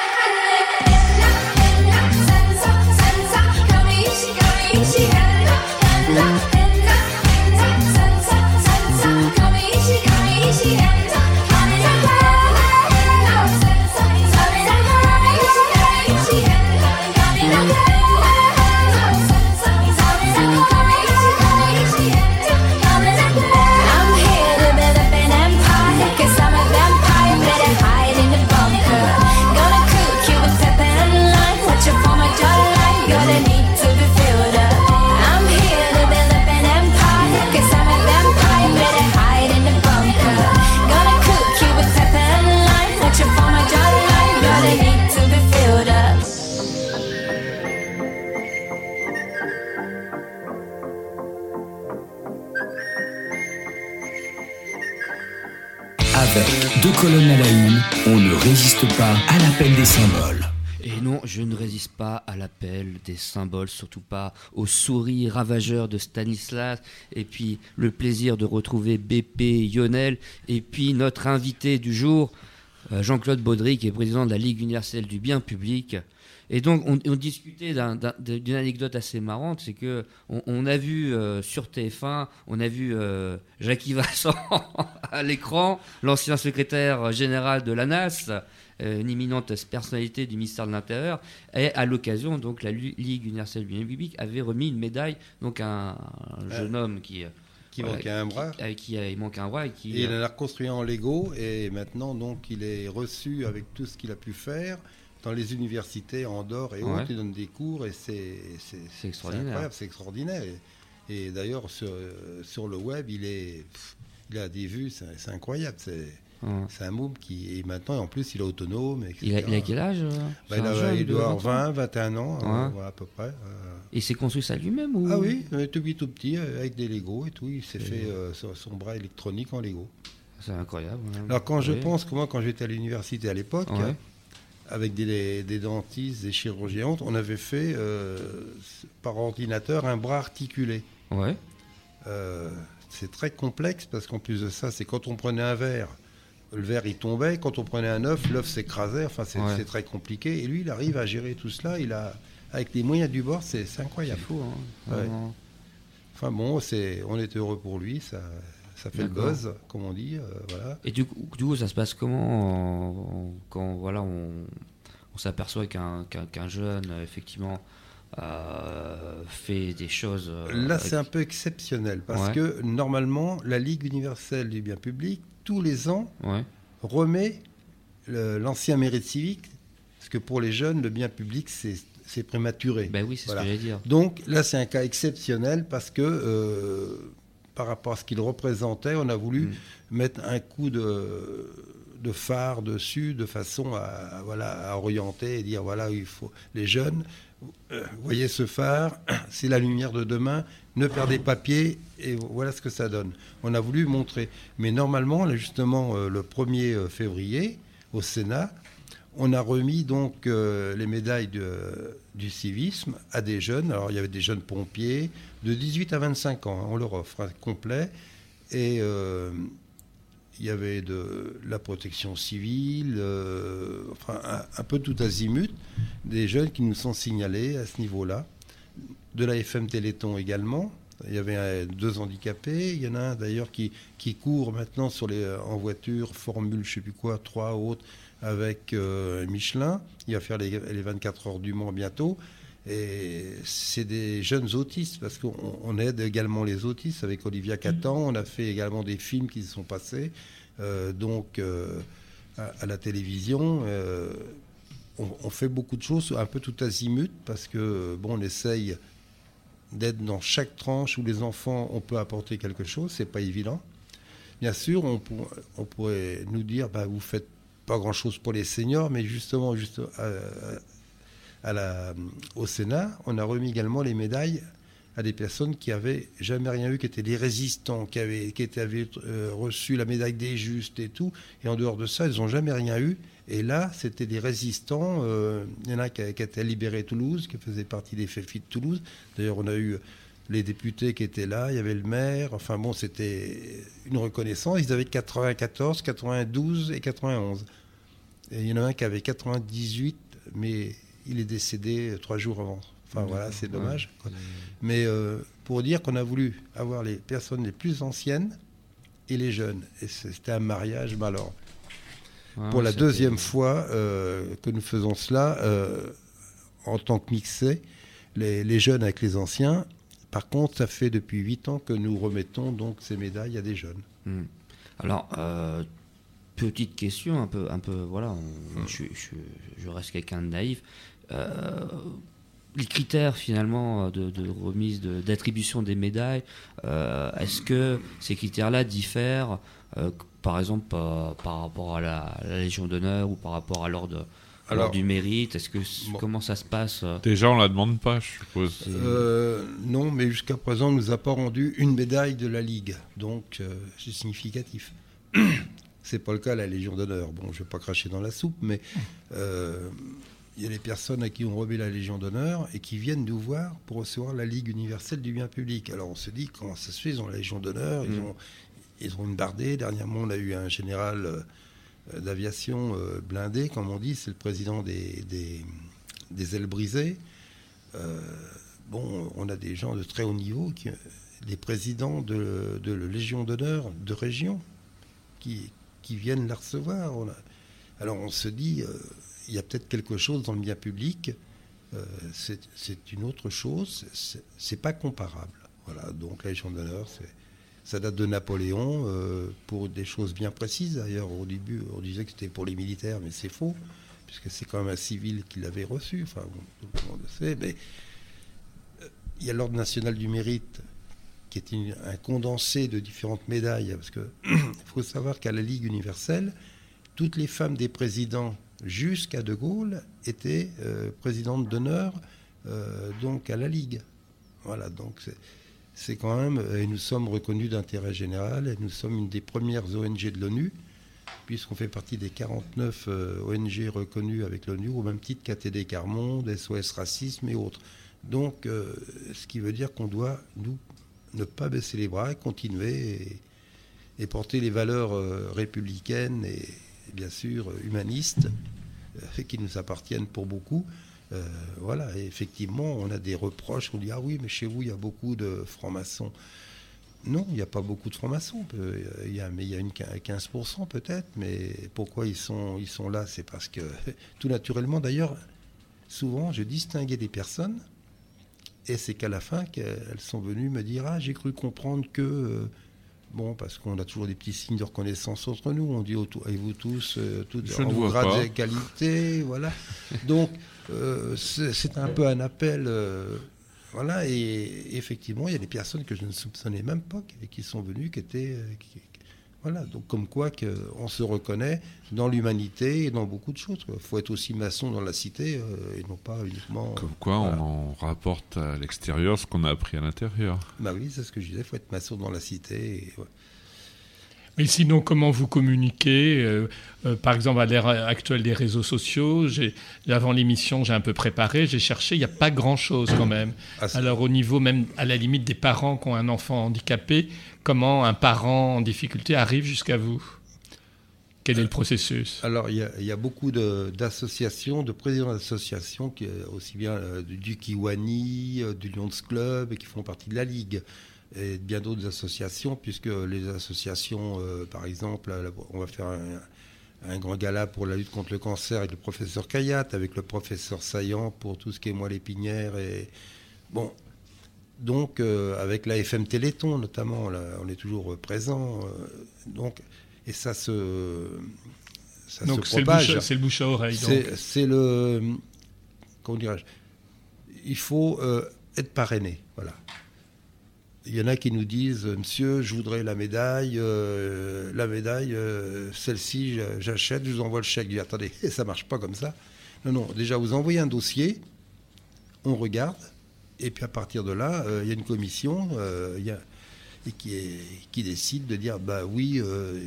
Speaker 1: Deux colonnes à la une, on ne résiste pas à l'appel des symboles.
Speaker 2: Et non, je ne résiste pas à l'appel des symboles, surtout pas au sourire ravageur de Stanislas, et puis le plaisir de retrouver B P Yonel, et puis notre invité du jour, Jean-Claude Baudry, qui est président de la Ligue universelle du bien public. Et donc, on, on discutait d'un, d'un, d'une anecdote assez marrante, c'est que on, on a vu euh, sur T F un, on a vu euh, Jacques Vincent à l'écran, l'ancien secrétaire général de l'A N A S, euh, une imminente personnalité du ministère de l'Intérieur, et à l'occasion, donc, la Ligue universelle du bien public avait remis une médaille, donc un, un jeune euh, homme qui
Speaker 5: qui voilà, manquait un bras,
Speaker 2: qui, qui, qui il manque un bras et qui
Speaker 5: et il en a reconstruit en Lego, et maintenant, donc, il est reçu avec tout ce qu'il a pu faire. Dans les universités en Andorre et autres, ouais. Il donne des cours et c'est, c'est,
Speaker 2: c'est extraordinaire.
Speaker 5: C'est incroyable, c'est extraordinaire. Et, et d'ailleurs, sur, sur le web, il, est, pff, il a des vues, c'est, c'est incroyable. C'est, ouais. c'est un môme qui, et maintenant, en plus, il est autonome, et cetera.
Speaker 2: Il a, il a quel âge
Speaker 5: bah, il, a, il doit avoir vingt, vingt et un ans, ouais. euh, à peu près. Euh...
Speaker 2: Et il s'est construit ça lui-même ou...
Speaker 5: Ah oui, tout petit, tout petit, avec des Legos et tout. Il s'est et... fait euh, son bras électronique en Lego.
Speaker 2: C'est incroyable. Hein.
Speaker 5: Alors, quand ouais. je pense que moi, quand j'étais à l'université à l'époque, ouais. avec des, des dentistes, des chirurgiens, on avait fait euh, par ordinateur un bras articulé.
Speaker 2: Ouais.
Speaker 5: Euh, c'est très complexe parce qu'en plus de ça, c'est quand on prenait un verre, le verre il tombait, quand on prenait un œuf, l'œuf s'écrasait, enfin c'est, ouais. c'est très compliqué. Et lui, il arrive à gérer tout cela, il a, avec les moyens du bord, c'est, c'est incroyable.
Speaker 2: C'est fou, hein.
Speaker 5: Ouais. Enfin bon, c'est, on est heureux pour lui, ça, ça fait
Speaker 2: D'accord.
Speaker 5: le buzz, comme on dit. Euh, voilà.
Speaker 2: Et du coup, du coup, ça se passe comment euh, quand voilà, on, on s'aperçoit qu'un, qu'un, qu'un jeune, euh, effectivement, euh, fait des choses. euh,
Speaker 5: Là,
Speaker 2: avec-
Speaker 5: c'est un peu exceptionnel parce
Speaker 2: Ouais.
Speaker 5: que normalement, la Ligue universelle du bien public, tous les ans,
Speaker 2: Ouais.
Speaker 5: remet le- l'ancien mérite civique, parce que pour les jeunes, le bien public, c'est, c'est prématuré.
Speaker 2: Ben oui, c'est
Speaker 5: Voilà.
Speaker 2: ce que j'allais dire.
Speaker 5: Donc là, c'est un cas exceptionnel parce que euh, par rapport à ce qu'il représentait, on a voulu
Speaker 2: Mm.
Speaker 5: mettre un coup de, de phare dessus de façon à, à, voilà, à orienter et dire voilà, il faut les jeunes, euh, voyez ce phare, c'est la lumière de demain, ne perdez pas pied et voilà ce que ça donne. On a voulu montrer. Mais normalement, là, justement, euh, le premier février, au Sénat, on a remis donc euh, les médailles de, du civisme à des jeunes. Alors il y avait des jeunes pompiers de dix-huit à vingt-cinq ans, hein, on leur offre un complet. Et euh, il y avait de la protection civile, euh, enfin un, un peu tout azimut, des jeunes qui nous sont signalés à ce niveau-là. De la F M Téléthon également. Il y avait euh, deux handicapés. Il y en a un d'ailleurs qui, qui court maintenant sur les, en voiture, Formule, je ne sais plus quoi, trois autres, avec euh, Michelin. Il va faire les, les vingt-quatre heures du Mans bientôt. Et c'est des jeunes autistes, parce qu'on on aide également les autistes avec Olivia Catan. On a fait également des films qui se sont passés euh, donc, euh, à, à la télévision. Euh, on, on fait beaucoup de choses, un peu tout azimut, parce que bon, on essaye d'être dans chaque tranche où les enfants, on peut apporter quelque chose. C'est pas évident. Bien sûr, on, pour, on pourrait nous dire, bah, vous faites pas grand-chose pour les seniors, mais justement, juste à, à la, au Sénat, on a remis également les médailles à des personnes qui avaient jamais rien eu, qui étaient des résistants, qui avaient, qui étaient, avaient euh, reçu la médaille des justes et tout. Et en dehors de ça, ils n'ont jamais rien eu. Et là, c'était des résistants. Euh, il y en a qui, qui étaient libérés Toulouse, qui faisaient partie des FEFI de Toulouse. D'ailleurs, on a eu les députés qui étaient là, il y avait le maire. Enfin bon, c'était une reconnaissance. Ils avaient quatre-vingt-quatorze, quatre-vingt-douze et quatre-vingt-onze. Et il y en a un qui avait quatre-vingt-dix-huit, mais il est décédé trois jours avant. Enfin mmh, voilà, c'est dommage. Ouais. Mais euh, pour dire qu'on a voulu avoir les personnes les plus anciennes et les jeunes. Et c'était un mariage, mais alors, ah, pour la deuxième fait... fois euh, que nous faisons cela, euh, en tant que mixé, les, les jeunes avec les anciens. Par contre, ça fait depuis huit ans que nous remettons donc ces médailles à des jeunes.
Speaker 2: Mmh. Alors, euh, petite question, un peu, un peu voilà, on, mmh. je, je, je reste quelqu'un de naïf. Euh, les critères finalement de, de remise, de, d'attribution des médailles, euh, est-ce que ces critères-là diffèrent, euh, par exemple, par, par rapport à la, à la Légion d'honneur ou par rapport à l'ordre, à l'ordre du mérite? Est-ce que bon. Comment ça se passe?
Speaker 3: Déjà, on la demande pas, je suppose.
Speaker 5: Euh, non, mais jusqu'à présent, on nous a pas rendu une médaille de la Ligue, donc euh, c'est significatif. C'est pas le cas à la Légion d'honneur. Bon, je vais pas cracher dans la soupe, mais euh, il y a des personnes à qui on remet la Légion d'honneur et qui viennent nous voir pour recevoir la Ligue universelle du bien public. Alors on se dit, comment ça se fait? Ils ont la Légion d'honneur, mmh. ils, ont, ils ont une bardée. Dernièrement, on a eu un général euh, d'aviation euh, blindé, comme on dit, c'est le président des, des, des ailes brisées. Euh, bon, on a des gens de très haut niveau, qui, des présidents de, de la Légion d'honneur de région qui, qui viennent la recevoir. On a, alors on se dit... Euh, il y a peut-être quelque chose dans le bien public, euh, c'est, c'est une autre chose, c'est, c'est pas comparable. Voilà, donc la Légion d'honneur, c'est, ça date de Napoléon, euh, pour des choses bien précises. D'ailleurs, au début, on disait que c'était pour les militaires, mais c'est faux, puisque c'est quand même un civil qui l'avait reçu, enfin, bon, tout le monde le sait, mais euh, il y a l'Ordre national du mérite, qui est une, un condensé de différentes médailles, parce que il faut savoir qu'à la Ligue universelle, toutes les femmes des présidents jusqu'à De Gaulle étaient euh, présidentes d'honneur euh, donc à la Ligue. Voilà, donc c'est, c'est quand même, et nous sommes reconnus d'intérêt général, et nous sommes une des premières O N G de l'ONU, puisqu'on fait partie des quarante-neuf euh, O N G reconnues avec l'ONU, au même titre qu'A T D Quart Monde, S O S Racisme et autres. Donc, euh, ce qui veut dire qu'on doit, nous, ne pas baisser les bras, continuer et, et porter les valeurs euh, républicaines et bien sûr humanistes, euh, qui nous appartiennent pour beaucoup. Euh, voilà, et effectivement, on a des reproches, on dit « Ah oui, mais chez vous, il y a beaucoup de francs-maçons. » Non, il n'y a pas beaucoup de francs-maçons. Peu- Il y a, mais il y a une quin- quinze pour cent peut-être. Mais pourquoi ils sont, ils sont là? C'est parce que, tout naturellement, d'ailleurs, souvent, je distinguais des personnes. Et c'est qu'à la fin, qu'elles sont venues me dire « Ah, j'ai cru comprendre que... euh, bon, parce qu'on a toujours des petits signes de reconnaissance entre nous. On dit autour, et vous tous, euh, toutes
Speaker 3: Je
Speaker 5: en
Speaker 3: ne
Speaker 5: vos
Speaker 3: vois
Speaker 5: grades
Speaker 3: pas.
Speaker 5: et qualités. » Voilà. Donc, euh, c'est c'est un peu un appel... euh, voilà, et effectivement, il y a des personnes que je ne soupçonnais même pas et qui sont venues, qui étaient... euh, qui- voilà, donc comme quoi que on se reconnaît dans l'humanité et dans beaucoup de choses. Il faut être aussi maçon dans la cité euh, et non pas uniquement...
Speaker 3: Comme quoi,
Speaker 5: voilà.
Speaker 3: on en rapporte à l'extérieur ce qu'on a appris à l'intérieur.
Speaker 5: Bah oui, c'est ce que je disais, il faut être maçon dans la cité. Et, ouais.
Speaker 6: Mais sinon, comment vous communiquez euh, euh, Par exemple, à l'ère actuelle des réseaux sociaux, j'ai, avant l'émission, j'ai un peu préparé, j'ai cherché, il n'y a pas grand-chose quand même.
Speaker 5: Ah, c'est-
Speaker 6: Alors au niveau même, à la limite, des parents qui ont un enfant handicapé, comment un parent en difficulté arrive jusqu'à vous? Quel est le processus?
Speaker 5: Alors, il y a, il y a beaucoup de- d'associations, de présidents d'associations, qui, euh, aussi bien euh, du, du Kiwani, euh, du Lions Club, et qui font partie de la Ligue, et de bien d'autres associations, puisque les associations, euh, par exemple, là, on va faire un, un grand gala pour la lutte contre le cancer avec le professeur Kayat, avec le professeur Saillant pour tout ce qui est moelle épinière. Et, bon, donc, euh, avec la F M Téléthon, notamment, là, on est toujours euh, présent. euh, donc, et ça se, ça
Speaker 6: Donc
Speaker 5: se
Speaker 6: c'est le,
Speaker 5: propage.
Speaker 6: bouche, c'est le bouche à oreille. donc.
Speaker 5: C'est c'est le... Comment dirais-je? Il faut euh, être parrainé, voilà. Il y en a qui nous disent « Monsieur, je voudrais la médaille, euh, la médaille, euh, celle-ci, j'a- j'achète, je vous envoie le chèque. » Je dis « Attendez, ça marche pas comme ça. » Non, non, déjà, vous envoyez un dossier, on regarde, et puis à partir de là, euh, il y a une commission euh, il y a, et qui, est, qui décide de dire « Bah oui, euh,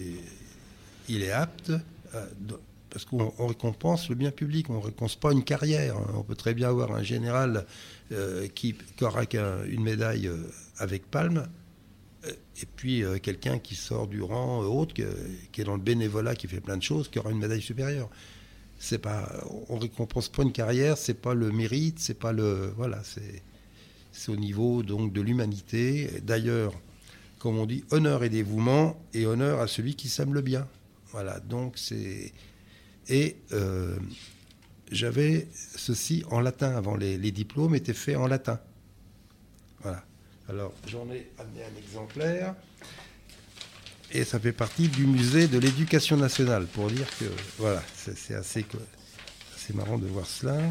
Speaker 5: il est apte. euh, » Parce qu'on on récompense le bien public, on ne récompense pas une carrière. Hein. On peut très bien avoir un général euh, qui, qui aura qu'un- une médaille euh, avec palme, euh, et puis euh, quelqu'un qui sort du rang euh, autre, que- qui est dans le bénévolat, qui fait plein de choses, qui aura une médaille supérieure. C'est pas, on ne récompense pas une carrière, c'est pas le mérite, c'est pas le, voilà, c'est, c'est au niveau donc de l'humanité. Et d'ailleurs, comme on dit, honneur et dévouement, et honneur à celui qui sème le bien. Voilà, donc c'est... Et euh, j'avais ceci en latin avant. Les, les diplômes étaient faits en latin. Voilà. Alors, j'en ai amené un exemplaire. Et ça fait partie du musée de l'éducation nationale, pour dire que, voilà, c'est, c'est assez, assez marrant de voir cela.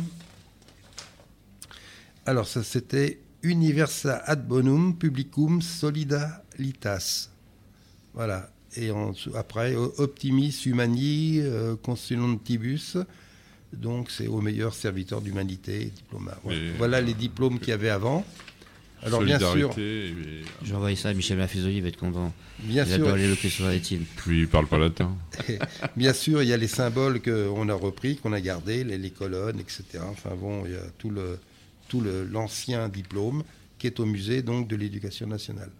Speaker 5: Alors, ça, c'était Universa ad bonum publicum solidaritas. Voilà. Et en, après, Optimis Humani euh, Consulentibus. Donc, c'est au meilleur serviteur d'humanité, diplôme. Voilà,
Speaker 3: Et,
Speaker 5: voilà les diplômes qu'il y avait avant. Alors, bien sûr,
Speaker 3: Solidarité, et-
Speaker 2: Je vais envoyer ça à Michel Lafésoli, il va être content.
Speaker 5: bien
Speaker 2: Il
Speaker 5: sûr,
Speaker 2: adore les loquets sur la rétine.
Speaker 3: Puis il parle pas latin.
Speaker 5: bien sûr, il y a les symboles qu'on a repris, qu'on a gardés, les, les colonnes, et cetera. Enfin bon, il y a tout le tout le, l'ancien diplôme qui est au musée donc de l'éducation nationale.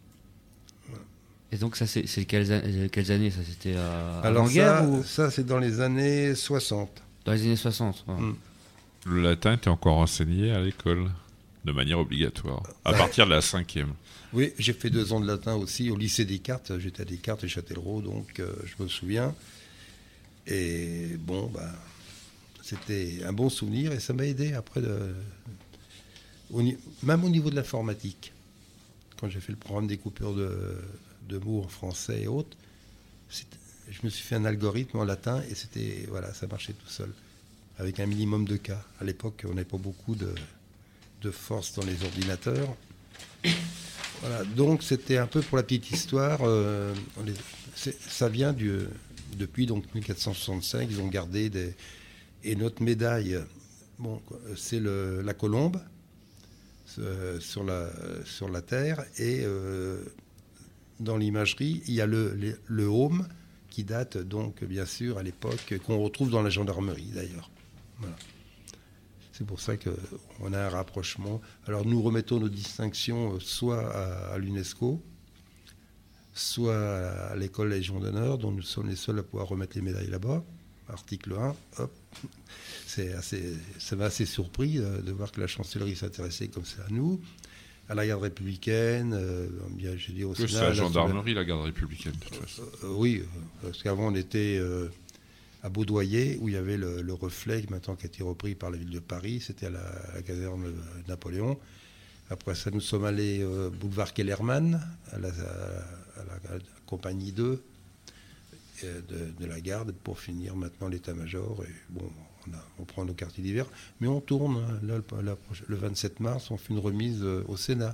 Speaker 2: Et donc, ça, c'est, c'est quelles, a- euh, quelles années ça? C'était euh,
Speaker 5: Alors
Speaker 2: avant-guerre
Speaker 5: ça,
Speaker 2: ou
Speaker 5: ça c'est dans les années soixante.
Speaker 2: dans les années soixante? Ouais.
Speaker 5: Mm.
Speaker 3: Le latin était encore enseigné à l'école, de manière obligatoire, à
Speaker 5: Ouais.
Speaker 3: partir de la cinquième.
Speaker 5: Oui, j'ai fait deux ans de latin aussi au lycée Descartes. J'étais à Descartes et Châtellerault, donc euh, je me souviens. Et bon, bah, c'était un bon souvenir et ça m'a aidé après, de, au ni- même au niveau de l'informatique. Quand j'ai fait le programme des coupures de, de mots en français et autres, c'était- je me suis fait un algorithme en latin et c'était, voilà, ça marchait tout seul, avec un minimum de cas. À l'époque, on n'avait pas beaucoup de, de force dans les ordinateurs. Voilà, donc c'était un peu pour la petite histoire. euh, on est- c'est- ça vient du, depuis donc mille quatre cent soixante-cinq, ils ont gardé des, et notre médaille. Bon, c'est le, la colombe euh, sur la sur la terre et euh, dans l'imagerie il y a le le, le home qui date donc bien sûr à l'époque qu'on retrouve dans la gendarmerie d'ailleurs. Voilà. C'est pour ça qu'on a un rapprochement. Alors nous remettons nos distinctions soit à, à l'UNESCO, soit à l'école Légion d'honneur, dont nous sommes les seuls à pouvoir remettre les médailles là-bas. Article un, hop. C'est assez, ça m'a assez surpris de, de voir que la chancellerie s'intéressait comme ça à nous. à la garde républicaine, euh, bien, j'ai dit au
Speaker 3: Que
Speaker 5: Sénat.
Speaker 3: c'est la
Speaker 5: là,
Speaker 3: gendarmerie, la garde républicaine, de toute
Speaker 5: sur
Speaker 3: façon.
Speaker 5: la- euh, oui, euh, parce qu'avant on était euh, à Baudoyer, où il y avait le, le reflet, maintenant qui a été repris par la ville de Paris, c'était à la, à la caserne de Napoléon. Après ça, nous sommes allés euh, boulevard Kellermann, à la, à, à la, à la compagnie deux euh, de, de la garde, pour finir maintenant l'état-major. Et bon, on, a, on prend nos quartiers d'hiver, mais on tourne. Hein. Là, le, la, le vingt-sept mars, on fait une remise euh, au Sénat.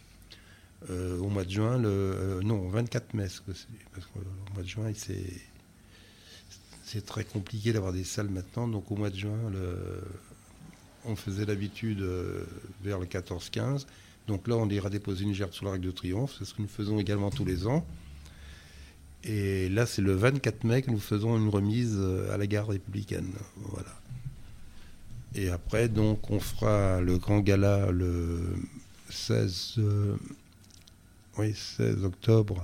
Speaker 5: Euh, au mois de juin, le, euh, non, au vingt-quatre mai, parce, que c'est- parce qu'au mois de juin, c'est, c'est très compliqué d'avoir des salles maintenant. Donc au mois de juin, le, on faisait d'habitude euh, vers le quatorze quinze. Donc là, on ira déposer une gerbe sur l'Arc de Triomphe. C'est ce que nous faisons également tous les ans. Et là, c'est le vingt-quatre mai que nous faisons une remise euh, à la gare républicaine. Voilà. Et après, donc, on fera le grand gala le seize, euh, oui, seize octobre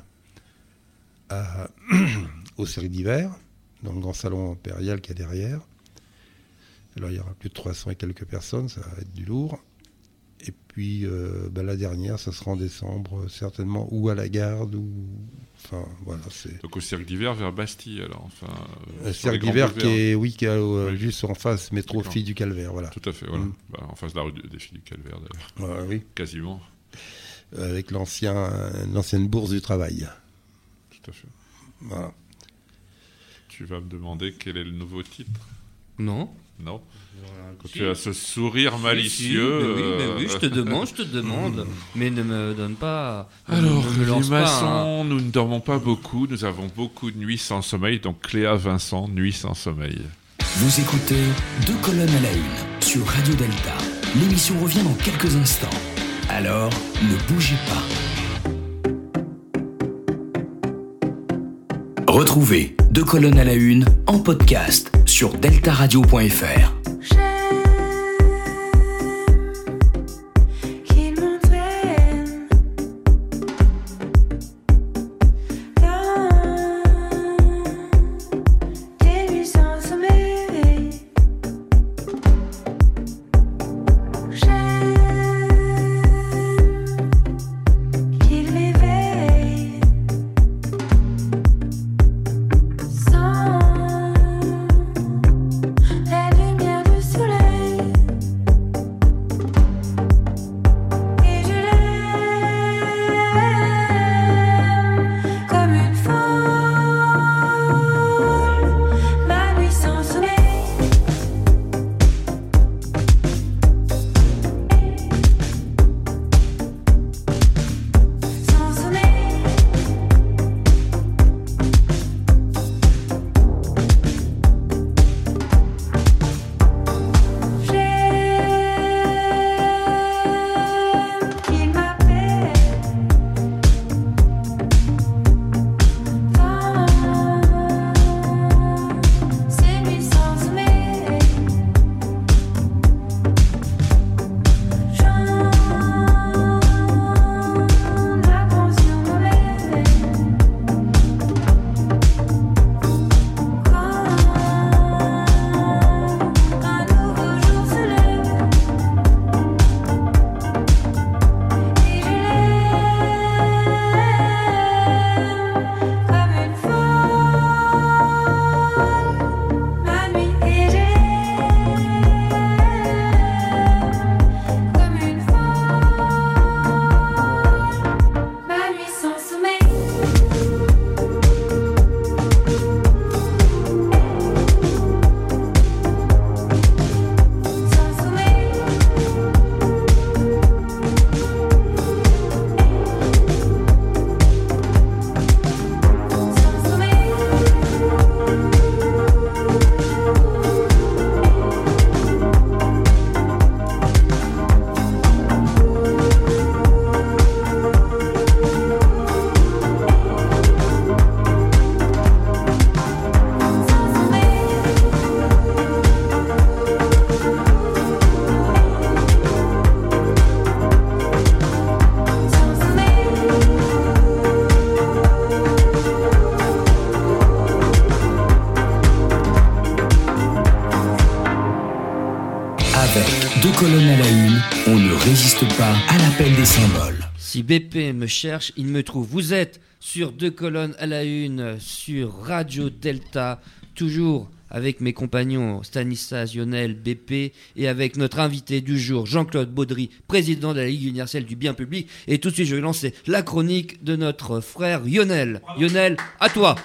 Speaker 5: à, au Cirque d'hiver, dans le grand salon impérial qu'il y a derrière. Alors, il y aura plus de trois cents et quelques personnes, ça va être du lourd. Et puis, euh, ben, la dernière, ça sera en décembre, certainement, ou à la garde, ou... Enfin, voilà, c'est...
Speaker 3: Donc au cirque d'hiver vers Bastille, alors. Enfin, euh,
Speaker 5: Le
Speaker 3: sur les
Speaker 5: Cirque
Speaker 3: grands
Speaker 5: d'hiver qui
Speaker 3: boulevards.
Speaker 5: est, oui, qui est euh,
Speaker 3: Oui.
Speaker 5: juste en face, métro
Speaker 3: D'accord.
Speaker 5: Filles du Calvaire, voilà.
Speaker 3: Tout à fait, voilà.
Speaker 5: Mm.
Speaker 3: Bah, en face de la rue des Filles du Calvaire, d'ailleurs.
Speaker 5: Ouais, oui,
Speaker 3: Quasiment.
Speaker 5: avec l'ancien, l'ancienne bourse du travail.
Speaker 3: Tout à fait.
Speaker 5: Voilà.
Speaker 3: Tu vas me demander quel est le nouveau titre?
Speaker 2: Non.
Speaker 3: Non. Quand
Speaker 2: Si.
Speaker 3: tu as ce sourire malicieux.
Speaker 2: Si, si, mais oui, mais
Speaker 3: euh,
Speaker 2: oui, je te demande, je te demande, mais ne me donne pas. ne
Speaker 3: Alors,
Speaker 2: me
Speaker 3: les
Speaker 2: lance pas
Speaker 3: maçons,
Speaker 2: un-
Speaker 3: nous ne dormons pas beaucoup, nous avons beaucoup de nuits sans sommeil, donc Cléa Vincent, Nuit sans sommeil.
Speaker 1: Vous écoutez Deux colonnes à la une sur Radio Delta. L'émission revient dans quelques instants. Alors, ne bougez pas. Retrouvez Deux colonnes à la une en podcast sur delta radio point f r.
Speaker 4: Qu'il m'entraîne dans des nuits sans sommeil. J'aime qu'il m'éveille sans la lumière.
Speaker 1: on ne résiste pas à l'appel des symboles.
Speaker 2: Si B P me cherche, il me trouve. Vous êtes sur Deux Colonnes à la Une, sur Radio Delta, toujours avec mes compagnons Stanislas, Lionel, B P et avec notre invité du jour, Jean-Claude Baudry, président de la Ligue universelle du bien public. Et tout de suite, je vais lancer la chronique de notre frère Lionel. Lionel, à toi.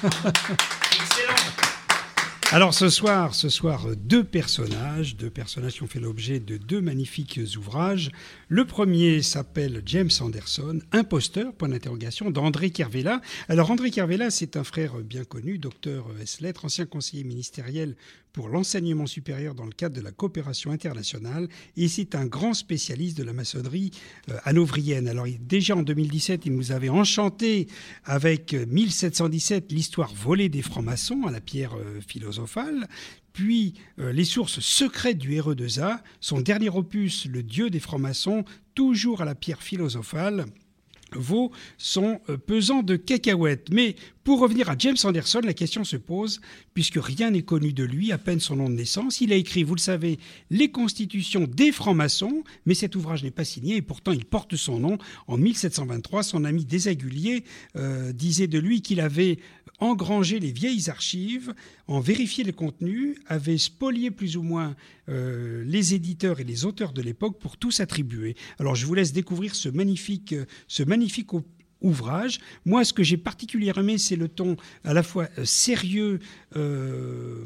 Speaker 8: Alors ce soir, ce soir, deux personnages, deux personnages qui ont fait l'objet de deux magnifiques ouvrages. Le premier s'appelle James Anderson, imposteur, point d'interrogation, d'André Kervella. Alors André Kervella, c'est un frère bien connu, docteur ès-lettres, ancien conseiller ministériel pour l'enseignement supérieur dans le cadre de la coopération internationale, et c'est un grand spécialiste de la maçonnerie euh, hanovrienne. Alors déjà en deux mille dix-sept, il nous avait enchanté avec mille sept cent dix-sept, l'histoire volée des francs-maçons à la pierre euh, philosophale. Puis euh, les sources secrètes du R E deux A, son dernier opus, Le Dieu des francs-maçons, toujours à la pierre philosophale, vaut son euh, pesant de cacahuètes. Mais pour revenir à James Anderson, la question se pose, puisque rien n'est connu de lui, à peine son nom de naissance. Il a écrit, vous le savez, Les Constitutions des francs-maçons, mais cet ouvrage n'est pas signé, et pourtant il porte son nom. En mille sept cent vingt-trois, son ami Desaguliers euh, disait de lui qu'il avait engrangé les vieilles archives, en vérifié le contenu, avait spolié plus ou moins euh, les éditeurs et les auteurs de l'époque pour tous attribuer. Alors je vous laisse découvrir ce magnifique, ce magnifique ouvrage. Moi, ce que j'ai particulièrement aimé, c'est le ton à la fois euh, sérieux, euh,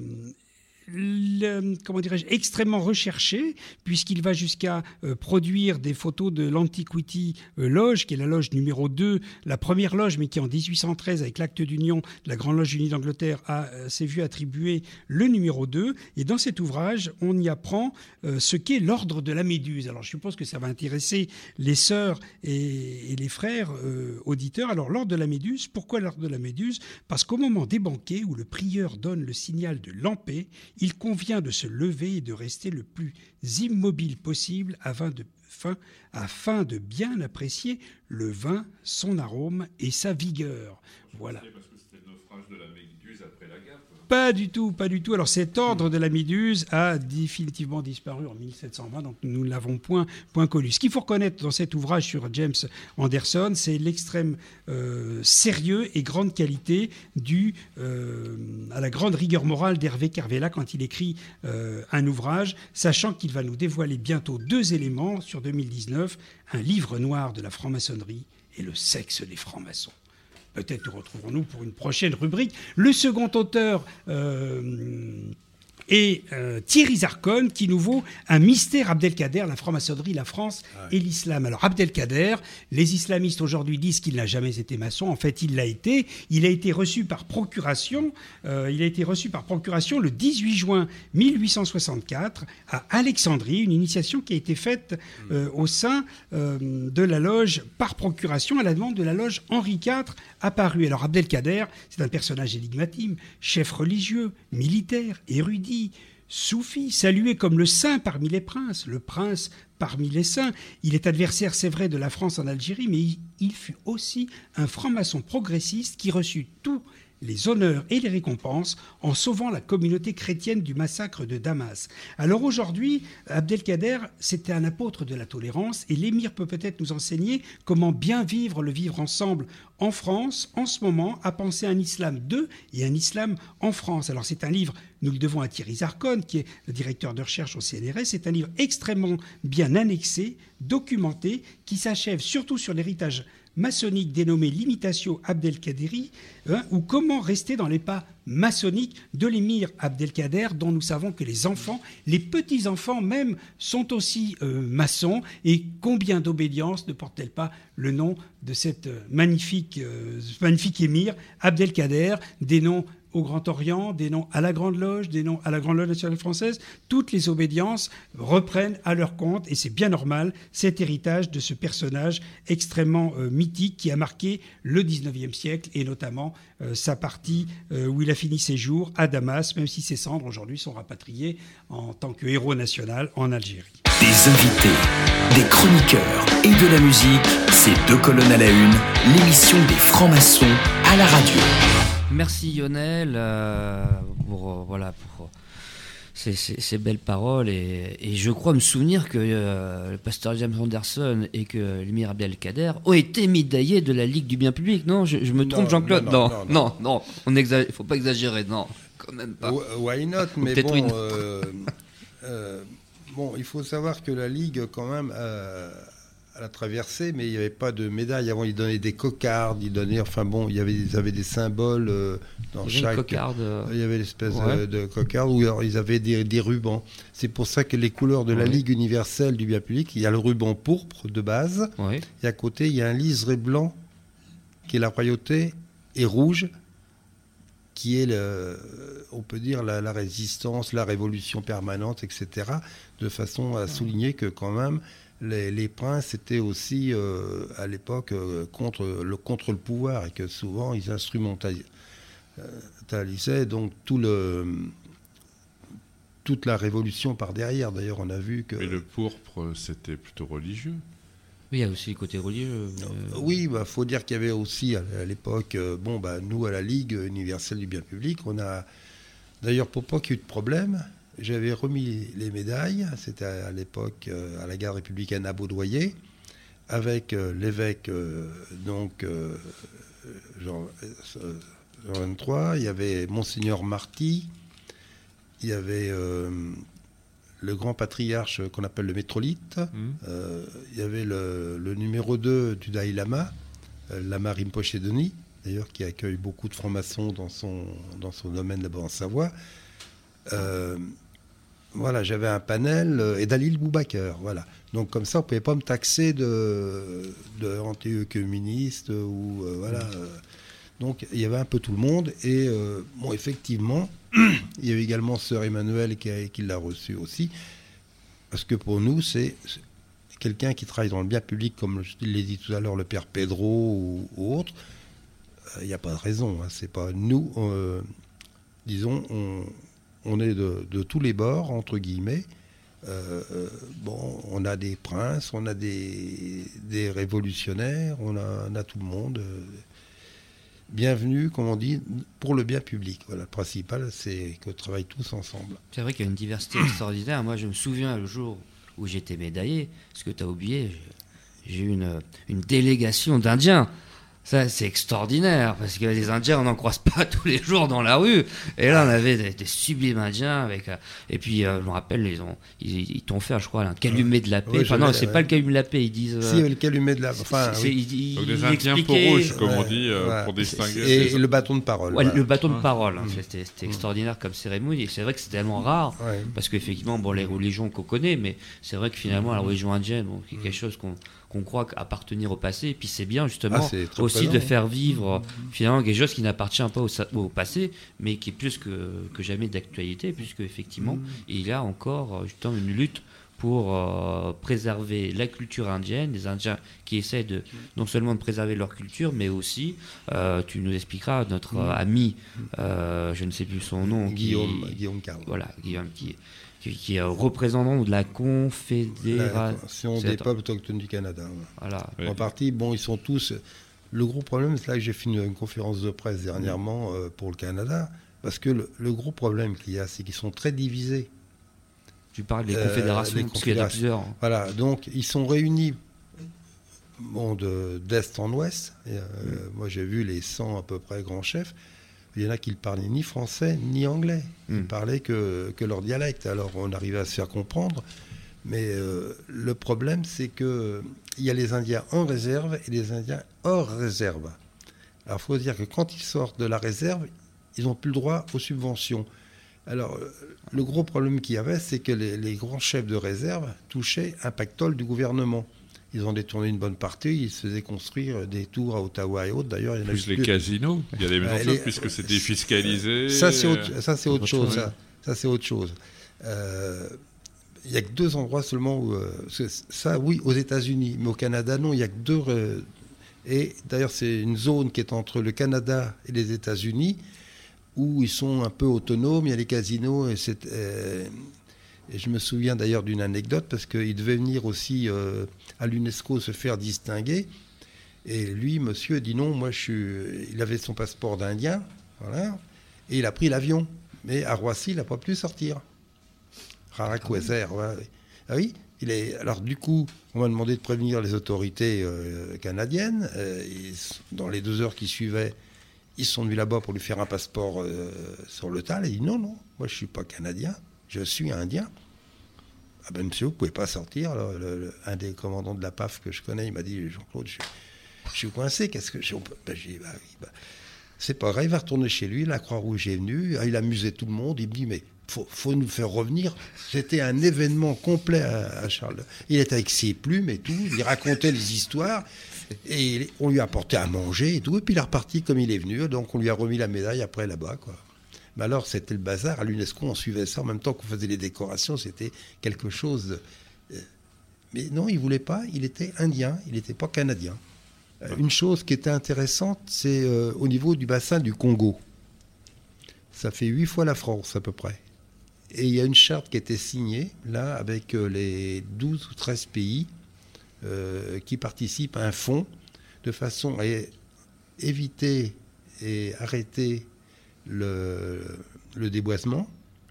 Speaker 8: le, comment dirais-je, extrêmement recherché, puisqu'il va jusqu'à euh, produire des photos de l'Antiquity euh, Lodge, qui est la loge numéro deux, la première loge, mais qui en dix-huit cent treize, avec l'acte d'union de la Grande Loge unie d'Angleterre, a, euh, s'est vu attribuer le numéro deux. Et dans cet ouvrage, on y apprend euh, ce qu'est l'ordre de la Méduse. Alors, je suppose que ça va intéresser les sœurs et, et les frères euh, auditeurs. Alors, l'ordre de la Méduse, pourquoi l'ordre de la Méduse ? Parce qu'au moment des banquets, où le prieur donne le signal de lampée, il convient de se lever et de rester le plus immobile possible afin de, fin, afin de bien apprécier le vin, son arôme et sa vigueur. Voilà.
Speaker 3: Parce que c'était le naufrage de la Méduse après la guerre.
Speaker 8: Pas du tout, pas du tout. Alors cet ordre de la Méduse a définitivement disparu en mille sept cent vingt, donc nous ne l'avons point, point connu. Ce qu'il faut reconnaître dans cet ouvrage sur James Anderson, c'est l'extrême euh, sérieux et grande qualité due euh, à la grande rigueur morale d'Hervé Kervella quand il écrit euh, un ouvrage, sachant qu'il va nous dévoiler bientôt deux éléments sur deux mille dix-neuf, un livre noir de la franc-maçonnerie et le sexe des francs-maçons. Peut-être nous retrouverons-nous pour une prochaine rubrique. Le second auteur euh, est euh, Thierry Zarcone, qui nous vaut un mystère Abdelkader, la franc-maçonnerie, la France et l'islam. Alors Abdelkader, les islamistes aujourd'hui disent qu'il n'a jamais été maçon. En fait, il l'a été. Il a été reçu par procuration. Euh, il a été reçu par procuration le dix-huit juin mille huit cent soixante-quatre à Alexandrie, une initiation qui a été faite euh, au sein euh, de la loge par procuration à la demande de la loge Henri quatre à Paris. Alors Abdelkader, c'est un personnage énigmatique, chef religieux, militaire, érudit, soufi, salué comme le saint parmi les princes, le prince parmi les saints. Il est adversaire, c'est vrai, de la France en Algérie, mais il, il fut aussi un franc-maçon progressiste qui reçut tous les honneurs et les récompenses en sauvant la communauté chrétienne du massacre de Damas. Alors aujourd'hui, Abdelkader, c'était un apôtre de la tolérance, et l'émir peut peut-être nous enseigner comment bien vivre le vivre ensemble en France, en ce moment, à penser un islam de et un islam en France. Alors c'est un livre, nous le devons à Thierry Zarcone, qui est le directeur de recherche au C N R S, c'est un livre extrêmement bien annexé, documenté, qui s'achève surtout sur l'héritage maçonnique dénommé l'imitatio Abdelkaderi, hein, ou comment rester dans les pas maçonniques de l'émir Abdelkader, dont nous savons que les enfants, les petits-enfants même, sont aussi euh, maçons, et combien d'obédiences ne porte-t-elle pas le nom de cette magnifique, euh, magnifique émir Abdelkader, des noms au Grand Orient, des noms à la Grande Loge, des noms à la Grande Loge nationale française. Toutes les obédiences reprennent à leur compte, et c'est bien normal, cet héritage de ce personnage extrêmement euh, mythique qui a marqué le dix-neuvième siècle, et notamment euh, sa partie euh, où il a fini ses jours à Damas, même si ses cendres aujourd'hui sont rapatriées en tant que héros national en Algérie.
Speaker 1: Des invités, des chroniqueurs et de la musique, c'est Deux Colonnes à la Une, l'émission des francs-maçons à la radio.
Speaker 2: Merci Lionel euh, pour, euh, voilà, pour euh, ces, ces, ces belles paroles. Et, et je crois me souvenir que euh, le pasteur James Anderson et que l'émir Abdelkader ont été médaillés de la Ligue du bien public. Non, je, je me
Speaker 5: Non,
Speaker 2: trompe, Jean-Claude?
Speaker 5: non,
Speaker 2: Non,
Speaker 5: non,
Speaker 2: non, non, non, on exagère, il ne faut pas exagérer, non, quand même pas.
Speaker 5: Why not? Mais
Speaker 2: Peut-être
Speaker 5: bon,
Speaker 2: oui.
Speaker 5: euh, euh, bon, il faut savoir que la Ligue, quand même, euh, elle a traversé, mais il n'y avait pas de médaille. Avant, ils donnaient des cocardes, ils donnaient, enfin bon, il y avait, ils avaient des symboles euh, dans
Speaker 2: Il y avait une
Speaker 5: chaque.
Speaker 2: cocarde, euh,
Speaker 5: Il y avait l'espèce
Speaker 2: ouais.
Speaker 5: de, de cocarde où alors, ils avaient des, des rubans. C'est pour ça que les couleurs de la
Speaker 2: Ouais.
Speaker 5: Ligue universelle du bien public, il y a le ruban pourpre de base,
Speaker 2: ouais.
Speaker 5: et à côté, il y a un liseré blanc qui est la royauté, et rouge qui est, le, on peut dire, la, la résistance, la révolution permanente, et cetera, de façon à souligner que quand même, les, les princes étaient aussi, euh, à l'époque, euh, contre, le, contre le pouvoir, et que souvent, ils instrumentalisaient euh, donc tout le, toute la révolution par derrière. D'ailleurs, on a vu que...
Speaker 3: Mais le pourpre, c'était plutôt religieux.
Speaker 2: Oui, il y a aussi le côté religieux.
Speaker 5: Euh, oui, il bah, faut dire qu'il y avait aussi à, à l'époque, euh, bon, bah, nous à la Ligue universelle du bien public, on a, d'ailleurs pour pas qu'il y ait eu de problème, j'avais remis les médailles, c'était à, à l'époque euh, à la gare républicaine à Baudoyer, avec euh, l'évêque, euh, donc, euh, Jean, euh, Jean vingt-trois, il y avait Monseigneur Marty, il y avait... Euh, le grand patriarche qu'on appelle le métropolite,
Speaker 3: Mmh.
Speaker 5: euh, il y avait le, le numéro deux du Dalai Lama, euh, Lama Rinpoche Denis, d'ailleurs qui accueille beaucoup de francs-maçons dans son, dans son domaine là-bas en Savoie. Euh, voilà, j'avais un panel, euh, et Dalil Boubaker, voilà. Donc comme ça, on ne pouvait pas me taxer de, de anti-œcuméniste ou euh, voilà. Euh, donc il y avait un peu tout le monde, et euh, bon, effectivement, il y a eu également Sœur Emmanuel qui, a, qui l'a reçu aussi, parce que pour nous, c'est, c'est quelqu'un qui travaille dans le bien public, comme je l'ai dit tout à l'heure, le père Pedro ou, ou autre. Il euh, n'y a pas de raison. Hein, c'est pas nous, euh, disons, on, on est de, de tous les bords, entre guillemets. Euh, euh, bon, on a des princes, on a des, des révolutionnaires, on a, on a tout le monde. Euh, bienvenue, comme on dit, pour le bien public. Voilà, le principal, c'est qu'on travaille tous ensemble.
Speaker 2: C'est vrai qu'il y a une diversité extraordinaire. Moi, je me souviens le jour où j'étais médaillé, ce que tu as oublié, j'ai, j'ai eu une, une délégation d'Indiens. Ça, c'est extraordinaire, parce que les Indiens, on n'en croise pas tous les jours dans la rue. Et là, on avait des, des sublimes Indiens. Avec, euh, et puis, euh, je me rappelle, ils, ont, ils, ils t'ont fait, je crois, un calumet de la paix.
Speaker 5: Oui,
Speaker 2: enfin, non,
Speaker 5: l'ai,
Speaker 2: c'est
Speaker 5: ouais.
Speaker 2: pas le calumet de la paix, ils disent...
Speaker 5: Si,
Speaker 2: euh,
Speaker 5: le calumet de la... Enfin,
Speaker 2: c'est,
Speaker 5: oui.
Speaker 2: c'est, ils,
Speaker 3: Donc
Speaker 2: ils
Speaker 3: des Indiens peau
Speaker 2: expliquaient-
Speaker 3: rouge, comme on
Speaker 5: Ouais,
Speaker 3: dit, euh,
Speaker 5: ouais.
Speaker 3: pour distinguer.
Speaker 5: Et,
Speaker 3: ces-
Speaker 5: et le bâton de parole.
Speaker 2: Ouais,
Speaker 5: voilà.
Speaker 2: le bâton de
Speaker 3: Ouais.
Speaker 2: parole, hein,
Speaker 5: Mmh.
Speaker 2: c'était, c'était extraordinaire comme cérémonie. Et c'est vrai que c'est tellement rare,
Speaker 5: Ouais.
Speaker 2: parce qu'effectivement, bon, les religions qu'on connaît, mais c'est vrai que finalement, la religion indienne, bon, c'est quelque chose qu'on, qu'on croit appartenir au passé. Et puis c'est bien, justement,
Speaker 5: Ah, c'est très
Speaker 2: aussi
Speaker 5: présent,
Speaker 2: de
Speaker 5: hein.
Speaker 2: faire vivre, finalement, quelque chose qui n'appartient pas au, sa- au passé, mais qui est plus que, que jamais d'actualité, puisque effectivement, il y a encore, justement, une lutte pour euh, préserver la culture indienne, des Indiens qui essaient de, non seulement de préserver leur culture, mais aussi, euh, tu nous expliqueras, notre euh, ami, euh, je ne sais plus son nom,
Speaker 5: Guillaume,
Speaker 2: qui,
Speaker 5: Guillaume Carle.
Speaker 2: voilà, Guillaume, qui, qui, qui est représentant de la Confédération
Speaker 5: La des peuples autochtones du Canada.
Speaker 2: Voilà.
Speaker 3: Ouais.
Speaker 5: En partie, bon, ils sont tous... Le gros problème, c'est là que j'ai fait une, une conférence de presse dernièrement euh, pour le Canada, parce que le, le gros problème qu'il y a, c'est qu'ils sont très divisés.
Speaker 2: Tu parles des
Speaker 5: Euh,
Speaker 2: confédérations,
Speaker 5: les
Speaker 2: parce qu'il y en a
Speaker 5: confédérations.
Speaker 2: plusieurs.
Speaker 5: Voilà, donc ils sont réunis bon, de, d'est en ouest. Et, euh, moi, j'ai vu les cent à peu près grands chefs. Il y en a qui ne parlaient ni français ni anglais. Ils ne
Speaker 2: Mm.
Speaker 5: parlaient que, que leur dialecte. Alors, on arrivait à se faire comprendre. Mais euh, le problème, c'est qu'il y a les Indiens en réserve et les Indiens hors réserve. Alors, il faut dire que quand ils sortent de la réserve, ils n'ont plus le droit aux subventions. Alors, euh, le gros problème qu'il y avait, c'est que les, les grands chefs de réserve touchaient un pactole du gouvernement. Ils ont détourné une bonne partie, ils se faisaient construire des tours à Ottawa et autres. D'ailleurs, il y en a
Speaker 3: Plus
Speaker 5: eu
Speaker 3: les
Speaker 5: plus.
Speaker 3: casinos, il y a des maisons
Speaker 5: Euh,
Speaker 3: closes
Speaker 5: les-
Speaker 3: puisque c'est défiscalisé.
Speaker 5: Ça, c'est autre, ça, c'est autre
Speaker 2: autre
Speaker 5: chose.
Speaker 2: chose.
Speaker 5: Ça, ça c'est autre chose. Euh, Il n'y a que deux endroits seulement où... euh, c'est- ça, oui, aux États-Unis, mais au Canada, non, il n'y a que deux... euh, et d'ailleurs, c'est une zone qui est entre le Canada et les États-Unis, où ils sont un peu autonomes, il y a les casinos, et, c'est, euh, et je me souviens d'ailleurs d'une anecdote, parce qu'il devait venir aussi euh, à l'UNESCO se faire distinguer, et lui, monsieur, dit non, moi je suis... Il avait son passeport d'Indien, voilà, et il a pris l'avion, mais à Roissy, il n'a pas pu sortir. Rarakwézer, ouais, ouais. Ah oui, il est. Alors du coup, on m'a demandé de prévenir les autorités euh, canadiennes. Euh, et dans les deux heures qui suivaient, ils sont venus là-bas pour lui faire un passeport euh, sur le tas. Il a dit non, non, moi je suis pas canadien, je suis indien. Ah ben monsieur, vous pouvez pas sortir. Là, le, le, un des commandants de la P A F que je connais, il m'a dit Jean-Claude, je, je suis coincé. Qu'est-ce que je ben, j'ai dit, bah, oui, bah, c'est pas grave. Il va retourner chez lui. La Croix-Rouge est venue. Il amusait tout le monde. Il me dit mais faut, faut nous faire revenir. C'était un événement complet à, à Charles. Il était avec ses plumes et tout. Il racontait les histoires et on lui a apporté à manger et tout. Et puis il est reparti comme il est venu. Donc on lui a remis la médaille après là-bas, quoi. Mais alors, c'était le bazar. À l'UNESCO, on suivait ça en même temps qu'on faisait les décorations. C'était quelque chose... De... Mais non, il ne voulait pas. Il était indien. Il n'était pas canadien. Euh, une chose qui était intéressante, c'est euh, au niveau du bassin du Congo. Ça fait huit fois la France, à peu près. Et il y a une charte qui a été signée, là, avec euh, les douze ou treize pays euh, qui participent à un fonds de façon à éviter et arrêter Le, le déboisement,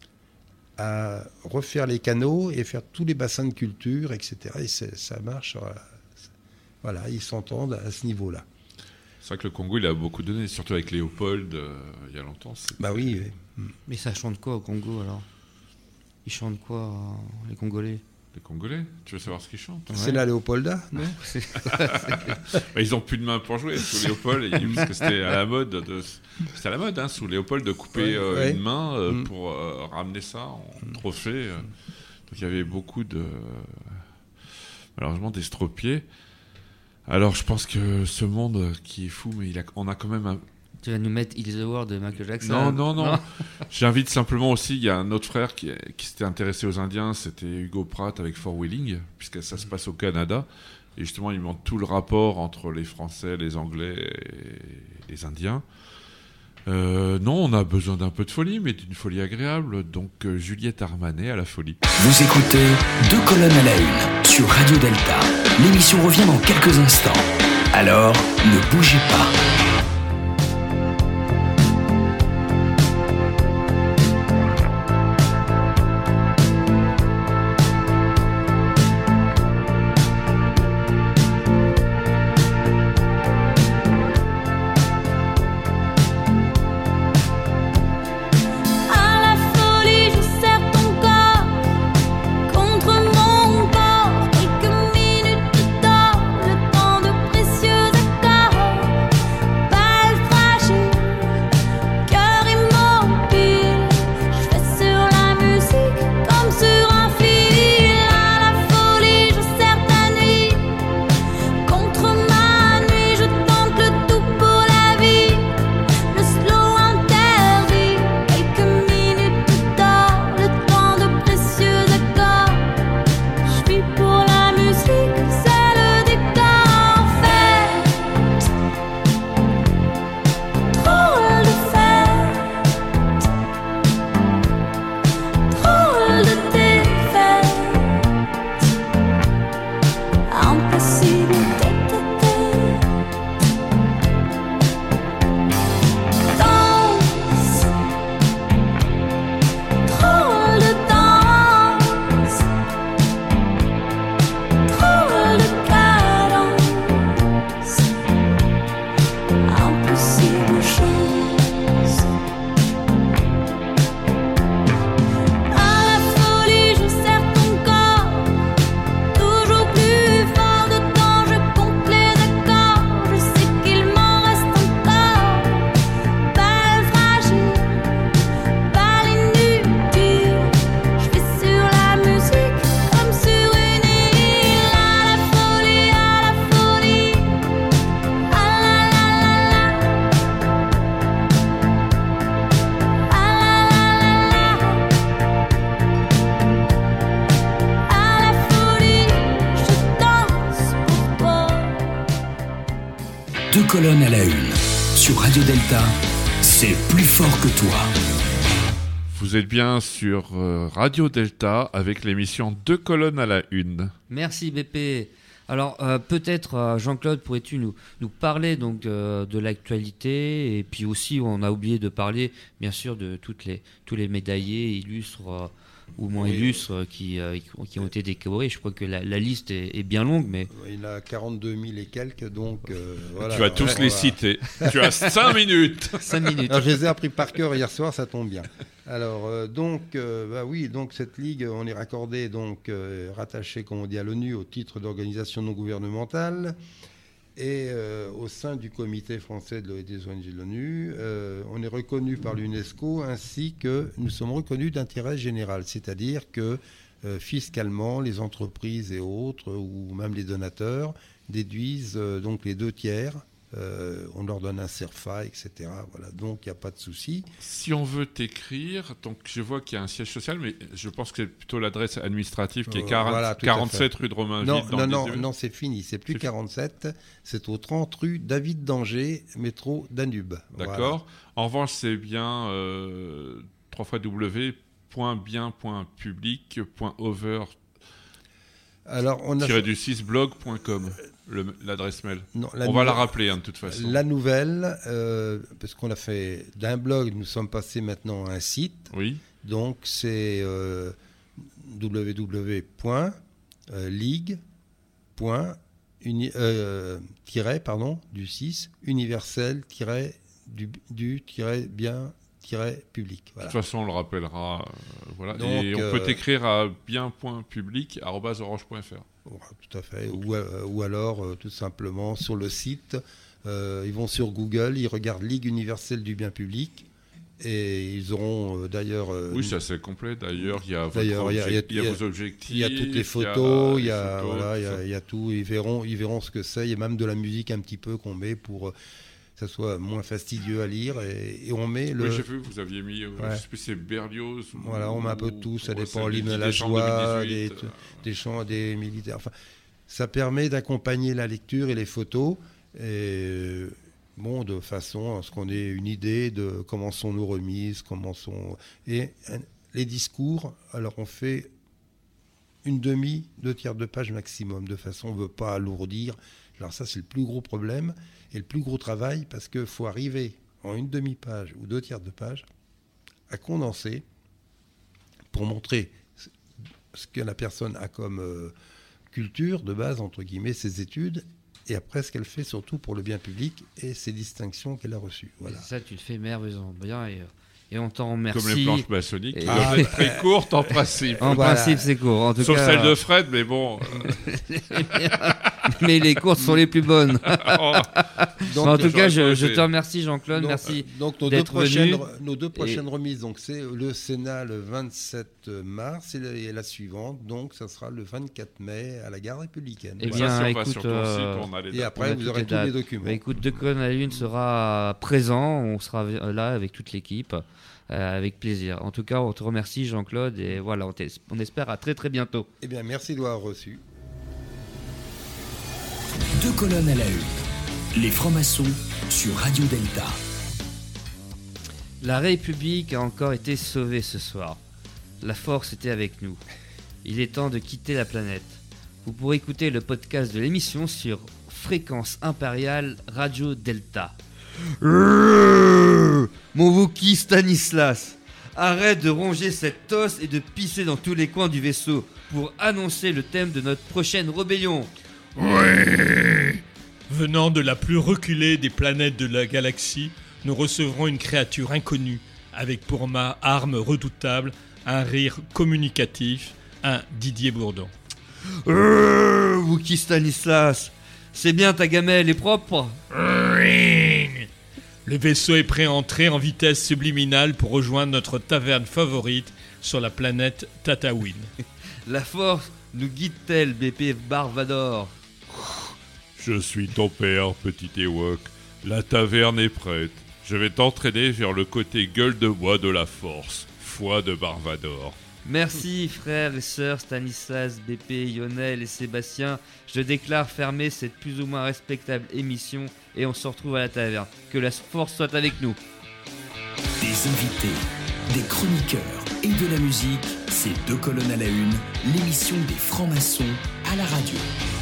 Speaker 5: à refaire les canaux et faire tous les bassins de culture, et cetera. Et ça marche. Voilà, ils s'entendent à ce niveau-là.
Speaker 3: C'est vrai que le Congo, il a beaucoup donné, surtout avec Léopold, euh, il y a longtemps.
Speaker 5: Bah oui, oui.
Speaker 2: Mais ça chante quoi au Congo, alors? Ils chantent quoi, euh, les Congolais?
Speaker 3: Les Congolais? Tu veux savoir ce qu'ils chantent?
Speaker 5: C'est ouais. La Léopolda, non?
Speaker 2: C'est...
Speaker 3: bah, ils n'ont plus de main pour jouer sous Léopold, parce que c'était à la mode, de... c'était à la mode hein, sous Léopold de couper ouais, euh, ouais. une main euh, mm. pour euh, ramener ça en mm. trophée. Euh. Donc il y avait beaucoup de, malheureusement, d'estropiés. Alors je pense que ce monde qui est fou, mais il a... on a quand même un...
Speaker 2: Tu vas nous mettre It's the World de Michael Jackson?
Speaker 3: Non, non, non. non. J'invite simplement aussi, il y a un autre frère qui, qui s'était intéressé aux Indiens, c'était Hugo Pratt avec Fort Wheeling, puisque ça se passe au Canada. Et justement, il montre tout le rapport entre les Français, les Anglais et les Indiens. Euh, non, on a besoin d'un peu de folie, mais d'une folie agréable. Donc, euh, Juliette Armanet à la folie.
Speaker 1: Vous écoutez Deux colonnes à la une sur Radio Delta. L'émission revient dans quelques instants. Alors, ne bougez pas. Deux colonnes à la une. Sur Radio Delta, c'est plus fort que toi.
Speaker 3: Vous êtes bien sur Radio Delta avec l'émission Deux colonnes à la une.
Speaker 2: Merci B P. Alors euh, peut-être euh, Jean-Claude, pourrais-tu nous, nous parler donc euh, de l'actualité, et puis aussi on a oublié de parler bien sûr de toutes les, tous les médaillés illustres ou moins
Speaker 5: Oui.
Speaker 2: illustres qui, euh, qui ont été décorés. Je crois que la, la liste est, est bien longue, mais
Speaker 5: Il y en a quarante-deux mille et quelques, donc euh, voilà.
Speaker 3: Tu vas tous
Speaker 5: Ouais,
Speaker 3: les
Speaker 5: voilà.
Speaker 3: citer. Tu as cinq minutes.
Speaker 2: cinq minutes.
Speaker 5: Alors, je les ai appris par cœur hier soir, ça tombe bien. Alors, euh, donc, euh, bah oui, donc cette ligue, on est raccordé, donc euh, rattaché, comme on dit, à l'ONU au titre d'organisation non gouvernementale. Et euh, au sein du comité français de l'O- des O N G de l'ONU, euh, on est reconnu par l'UNESCO ainsi que nous sommes reconnus d'intérêt général, c'est-à-dire que euh, fiscalement, les entreprises et autres, ou même les donateurs, déduisent euh, donc les deux tiers. Euh, on leur donne un CERFA, et cetera. Voilà, donc il n'y a pas de souci.
Speaker 3: Si on veut t'écrire, donc je vois qu'il y a un siège social, mais je pense que c'est plutôt l'adresse administrative qui est
Speaker 5: Euh,
Speaker 3: quarante,
Speaker 5: voilà, tout à
Speaker 3: quarante-sept
Speaker 5: fait.
Speaker 3: rue de Romainville.
Speaker 5: Non,
Speaker 3: dans
Speaker 5: non,
Speaker 3: le
Speaker 5: non,
Speaker 3: dix-huitième.
Speaker 5: non, c'est fini. C'est plus
Speaker 3: C'est fini.
Speaker 5: quarante-sept, c'est au trente rue David d'Angers, métro Danube.
Speaker 3: D'accord. En revanche, c'est bien euh, w w w point bien point public point over
Speaker 5: Voilà. Alors, on a
Speaker 3: du six blog point com, le- l'adresse mail.
Speaker 5: non,
Speaker 3: On va la rappeler hein, de toute façon.
Speaker 5: La nouvelle, euh, parce qu'on a fait d'un blog, nous sommes passés maintenant à un site.
Speaker 3: Oui.
Speaker 5: Donc c'est euh, w w w point ligue point uni- euh, tiret, pardon, du six universel tiret du, du tiret bien tiret public. Voilà.
Speaker 3: De toute façon, on le rappellera. euh, voilà.
Speaker 5: Donc,
Speaker 3: Et on
Speaker 5: euh,
Speaker 3: peut t'écrire à bien point public arobase orange point f r.
Speaker 5: Voilà, tout à fait. Ou, euh, ou alors, euh, tout simplement, sur le site, euh, ils vont sur Google, ils regardent Ligue universelle du bien public et ils auront euh, d'ailleurs... euh,
Speaker 3: Oui, c'est assez complet. D'ailleurs, il y a, votre
Speaker 5: D'ailleurs, il y a-
Speaker 3: objec-
Speaker 5: il y a-
Speaker 3: il y a vos objectifs.
Speaker 5: il y a toutes les photos, il y a,
Speaker 3: les photos,
Speaker 5: voilà,
Speaker 3: tout
Speaker 5: il y a,
Speaker 3: ça.
Speaker 5: il y a tout. Ils verront, ils verront ce que c'est. Il y a même de la musique un petit peu qu'on met pour euh, que ça soit moins fastidieux à lire. Et, et on met le...
Speaker 3: Oui, j'ai vu, vous aviez mis, euh,
Speaker 5: Ouais.
Speaker 3: je sais plus, c'est Berlioz. ou-
Speaker 5: Voilà, on met un peu de tout, ça
Speaker 3: ou-
Speaker 5: dépend,
Speaker 3: c'est
Speaker 5: l'hymne à
Speaker 3: des
Speaker 5: la
Speaker 3: chants de
Speaker 5: joie,
Speaker 3: deux mille dix-huit,
Speaker 5: des-
Speaker 3: euh,
Speaker 5: des chants des militaires. Enfin, ça permet d'accompagner la lecture et les photos. Et euh, bon, de façon à ce qu'on ait une idée de comment sont nos remises, comment sont... Et euh, les discours, alors on fait une demi, deux tiers de page maximum, de façon on ne veut pas alourdir. Alors ça, c'est le plus gros problème et le plus gros travail, parce qu'il faut arriver en une demi-page ou deux tiers de page à condenser pour montrer ce que la personne a comme euh, culture de base, entre guillemets, ses études, et après ce qu'elle fait surtout pour le bien public et ses distinctions qu'elle a reçues. Voilà.
Speaker 2: ça, tu le fais merveilleusement bien et, et on t'en remercie.
Speaker 3: Comme les planches maçonniques,
Speaker 2: Et-
Speaker 3: qui doivent être très courtes en principe.
Speaker 2: En
Speaker 5: Voilà.
Speaker 2: principe, c'est court. En tout
Speaker 3: Sauf
Speaker 2: cas,
Speaker 3: celle de Fred, mais bon. euh,
Speaker 2: mais les courses sont les plus bonnes.
Speaker 3: oh,
Speaker 5: Donc,
Speaker 2: en tout cas,
Speaker 3: j'aurais
Speaker 2: je,
Speaker 3: pas
Speaker 2: je
Speaker 3: osé.
Speaker 2: te remercie, Jean-Claude.
Speaker 5: donc,
Speaker 2: Merci.
Speaker 5: euh, donc nos deux,
Speaker 2: d'être
Speaker 5: prochaines,
Speaker 2: venu.
Speaker 5: nos deux prochaines remises, donc c'est le Sénat le vingt-sept mars et la, et la suivante, donc ça sera le vingt-quatre mai à la gare républicaine.
Speaker 2: Eh
Speaker 3: ça,
Speaker 2: bien,
Speaker 3: si on va
Speaker 2: écoute,
Speaker 3: sur ton
Speaker 2: euh,
Speaker 3: site, on a les
Speaker 5: Et
Speaker 3: dates.
Speaker 5: après,
Speaker 2: on a
Speaker 5: vous
Speaker 2: toutes
Speaker 5: aurez
Speaker 2: les
Speaker 5: tous les
Speaker 2: dates.
Speaker 5: documents.
Speaker 2: Bah, écoute, De Colonne à la Lune sera présent. On sera là avec toute l'équipe. Euh, avec plaisir. En tout cas, on te remercie, Jean-Claude. Et voilà, on, t'es- on espère à très très bientôt.
Speaker 5: Eh bien, merci de l'avoir reçu.
Speaker 1: Deux colonnes à la une. Les francs-maçons sur Radio Delta.
Speaker 2: La République a encore été sauvée ce soir. La force était avec nous. Il est temps de quitter la planète. Vous pourrez écouter le podcast de l'émission sur Fréquence Impériale Radio Delta. Rrrr, mon Wookie Stanislas, arrête de ronger cette os et de pisser dans tous les coins du vaisseau pour annoncer le thème de notre prochaine rébellion.
Speaker 6: Venant de la plus reculée des planètes de la galaxie, nous recevrons une créature inconnue, avec pour ma arme redoutable un rire communicatif, un Didier Bourdon.
Speaker 2: Rrrr, Wookie Stanislas, c'est bien, ta gamelle est propre?
Speaker 6: Le vaisseau est prêt à entrer en vitesse subliminale pour rejoindre notre taverne favorite sur la planète Tatooine.
Speaker 2: La force nous guide-t-elle, B P Barvador?
Speaker 3: Je suis ton père, petit Ewok. La taverne est prête. Je vais t'entraîner vers le côté gueule de bois de la force. Foi de Barvador.
Speaker 2: Merci frères et sœurs Stanislas, B P, Lionel et Sébastien. Je déclare fermer cette plus ou moins respectable émission et on se retrouve à la taverne. Que la force soit avec nous.
Speaker 1: Des invités, des chroniqueurs et de la musique, c'est Deux colonnes à la une, l'émission des francs-maçons à la radio.